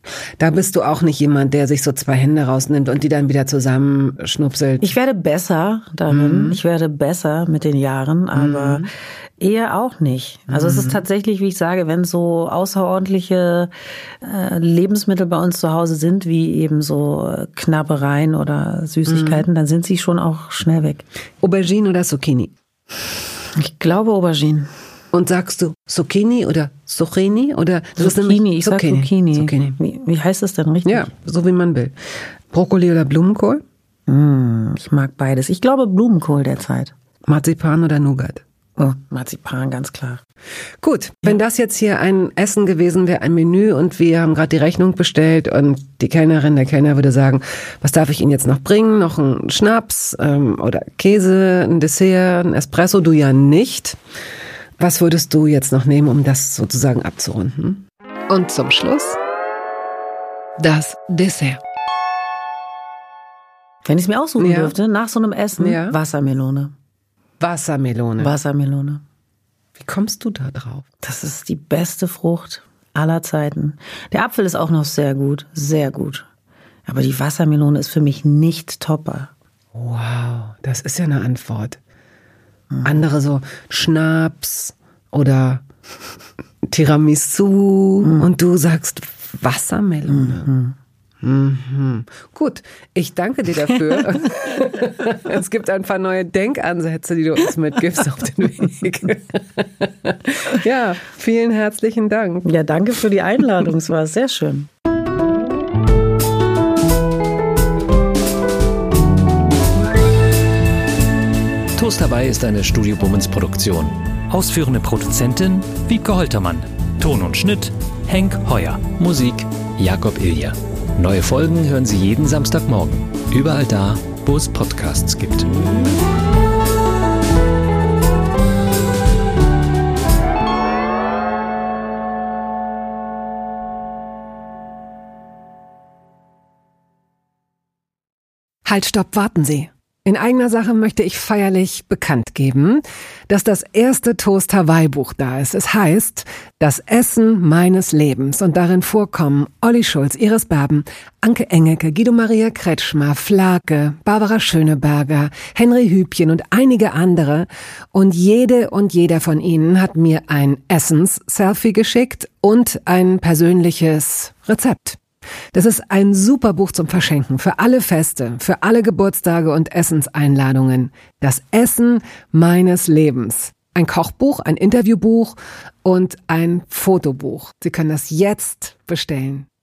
Da bist du auch nicht jemand, der sich so 2 Hände rausnimmt und die dann wieder zusammenschnupselt. Ich werde besser darin. Ich werde besser mit den Jahren, aber eher auch nicht. Also es ist tatsächlich, wie ich sage, wenn so außerordentliche Lebensmittel bei uns zu Hause sind, wie eben so Knabbereien oder Süßigkeiten, dann sind sie schon auch schnell weg. Aubergine oder Zucchini? Ich glaube Aubergine. Und sagst du Zucchini oder Zucchini oder Zucchini? Ich sag Zucchini. Wie heißt es denn richtig? Ja, so wie man will. Brokkoli oder Blumenkohl? Ich mag beides. Ich glaube Blumenkohl derzeit. Marzipan oder Nougat? Oh, Marzipan, ganz klar. Gut, wenn das jetzt hier ein Essen gewesen wäre, ein Menü und wir haben gerade die Rechnung bestellt und die Kellnerin, der Kellner würde sagen, was darf ich Ihnen jetzt noch bringen? Noch einen Schnaps oder Käse, ein Dessert, ein Espresso? Du ja nicht. Was würdest du jetzt noch nehmen, um das sozusagen abzurunden? Und zum Schluss das Dessert. Wenn ich es mir aussuchen dürfte, nach so einem Essen, Wassermelone. Wassermelone. Wie kommst du da drauf? Das ist die beste Frucht aller Zeiten. Der Apfel ist auch noch sehr gut, sehr gut. Aber die Wassermelone ist für mich nicht topper. Wow, das ist ja eine Antwort. Andere so Schnaps oder Tiramisu und du sagst Wassermelone. Gut, ich danke dir dafür. Es gibt ein paar neue Denkansätze, die du uns mitgibst auf den Weg. Ja, vielen herzlichen Dank. Ja, danke für die Einladung, es war sehr schön. Toast dabei ist eine Studio Bummens Produktion. Ausführende Produzentin Wiebke Holtermann. Ton und Schnitt Henk Heuer. Musik Jakob Ilja. Neue Folgen hören Sie jeden Samstagmorgen. Überall da, wo es Podcasts gibt. Halt, stopp, warten Sie. In eigener Sache möchte ich feierlich bekannt geben, dass das erste Toast Hawaii Buch da ist. Es heißt Das Essen meines Lebens und darin vorkommen Olli Schulz, Iris Berben, Anke Engelke, Guido Maria Kretschmer, Flake, Barbara Schöneberger, Henry Hübchen und einige andere. Und jede und jeder von ihnen hat mir ein Essens-Selfie geschickt und ein persönliches Rezept. Das ist ein super Buch zum Verschenken für alle Feste, für alle Geburtstage und Essenseinladungen. Das Essen meines Lebens. Ein Kochbuch, ein Interviewbuch und ein Fotobuch. Sie können das jetzt bestellen.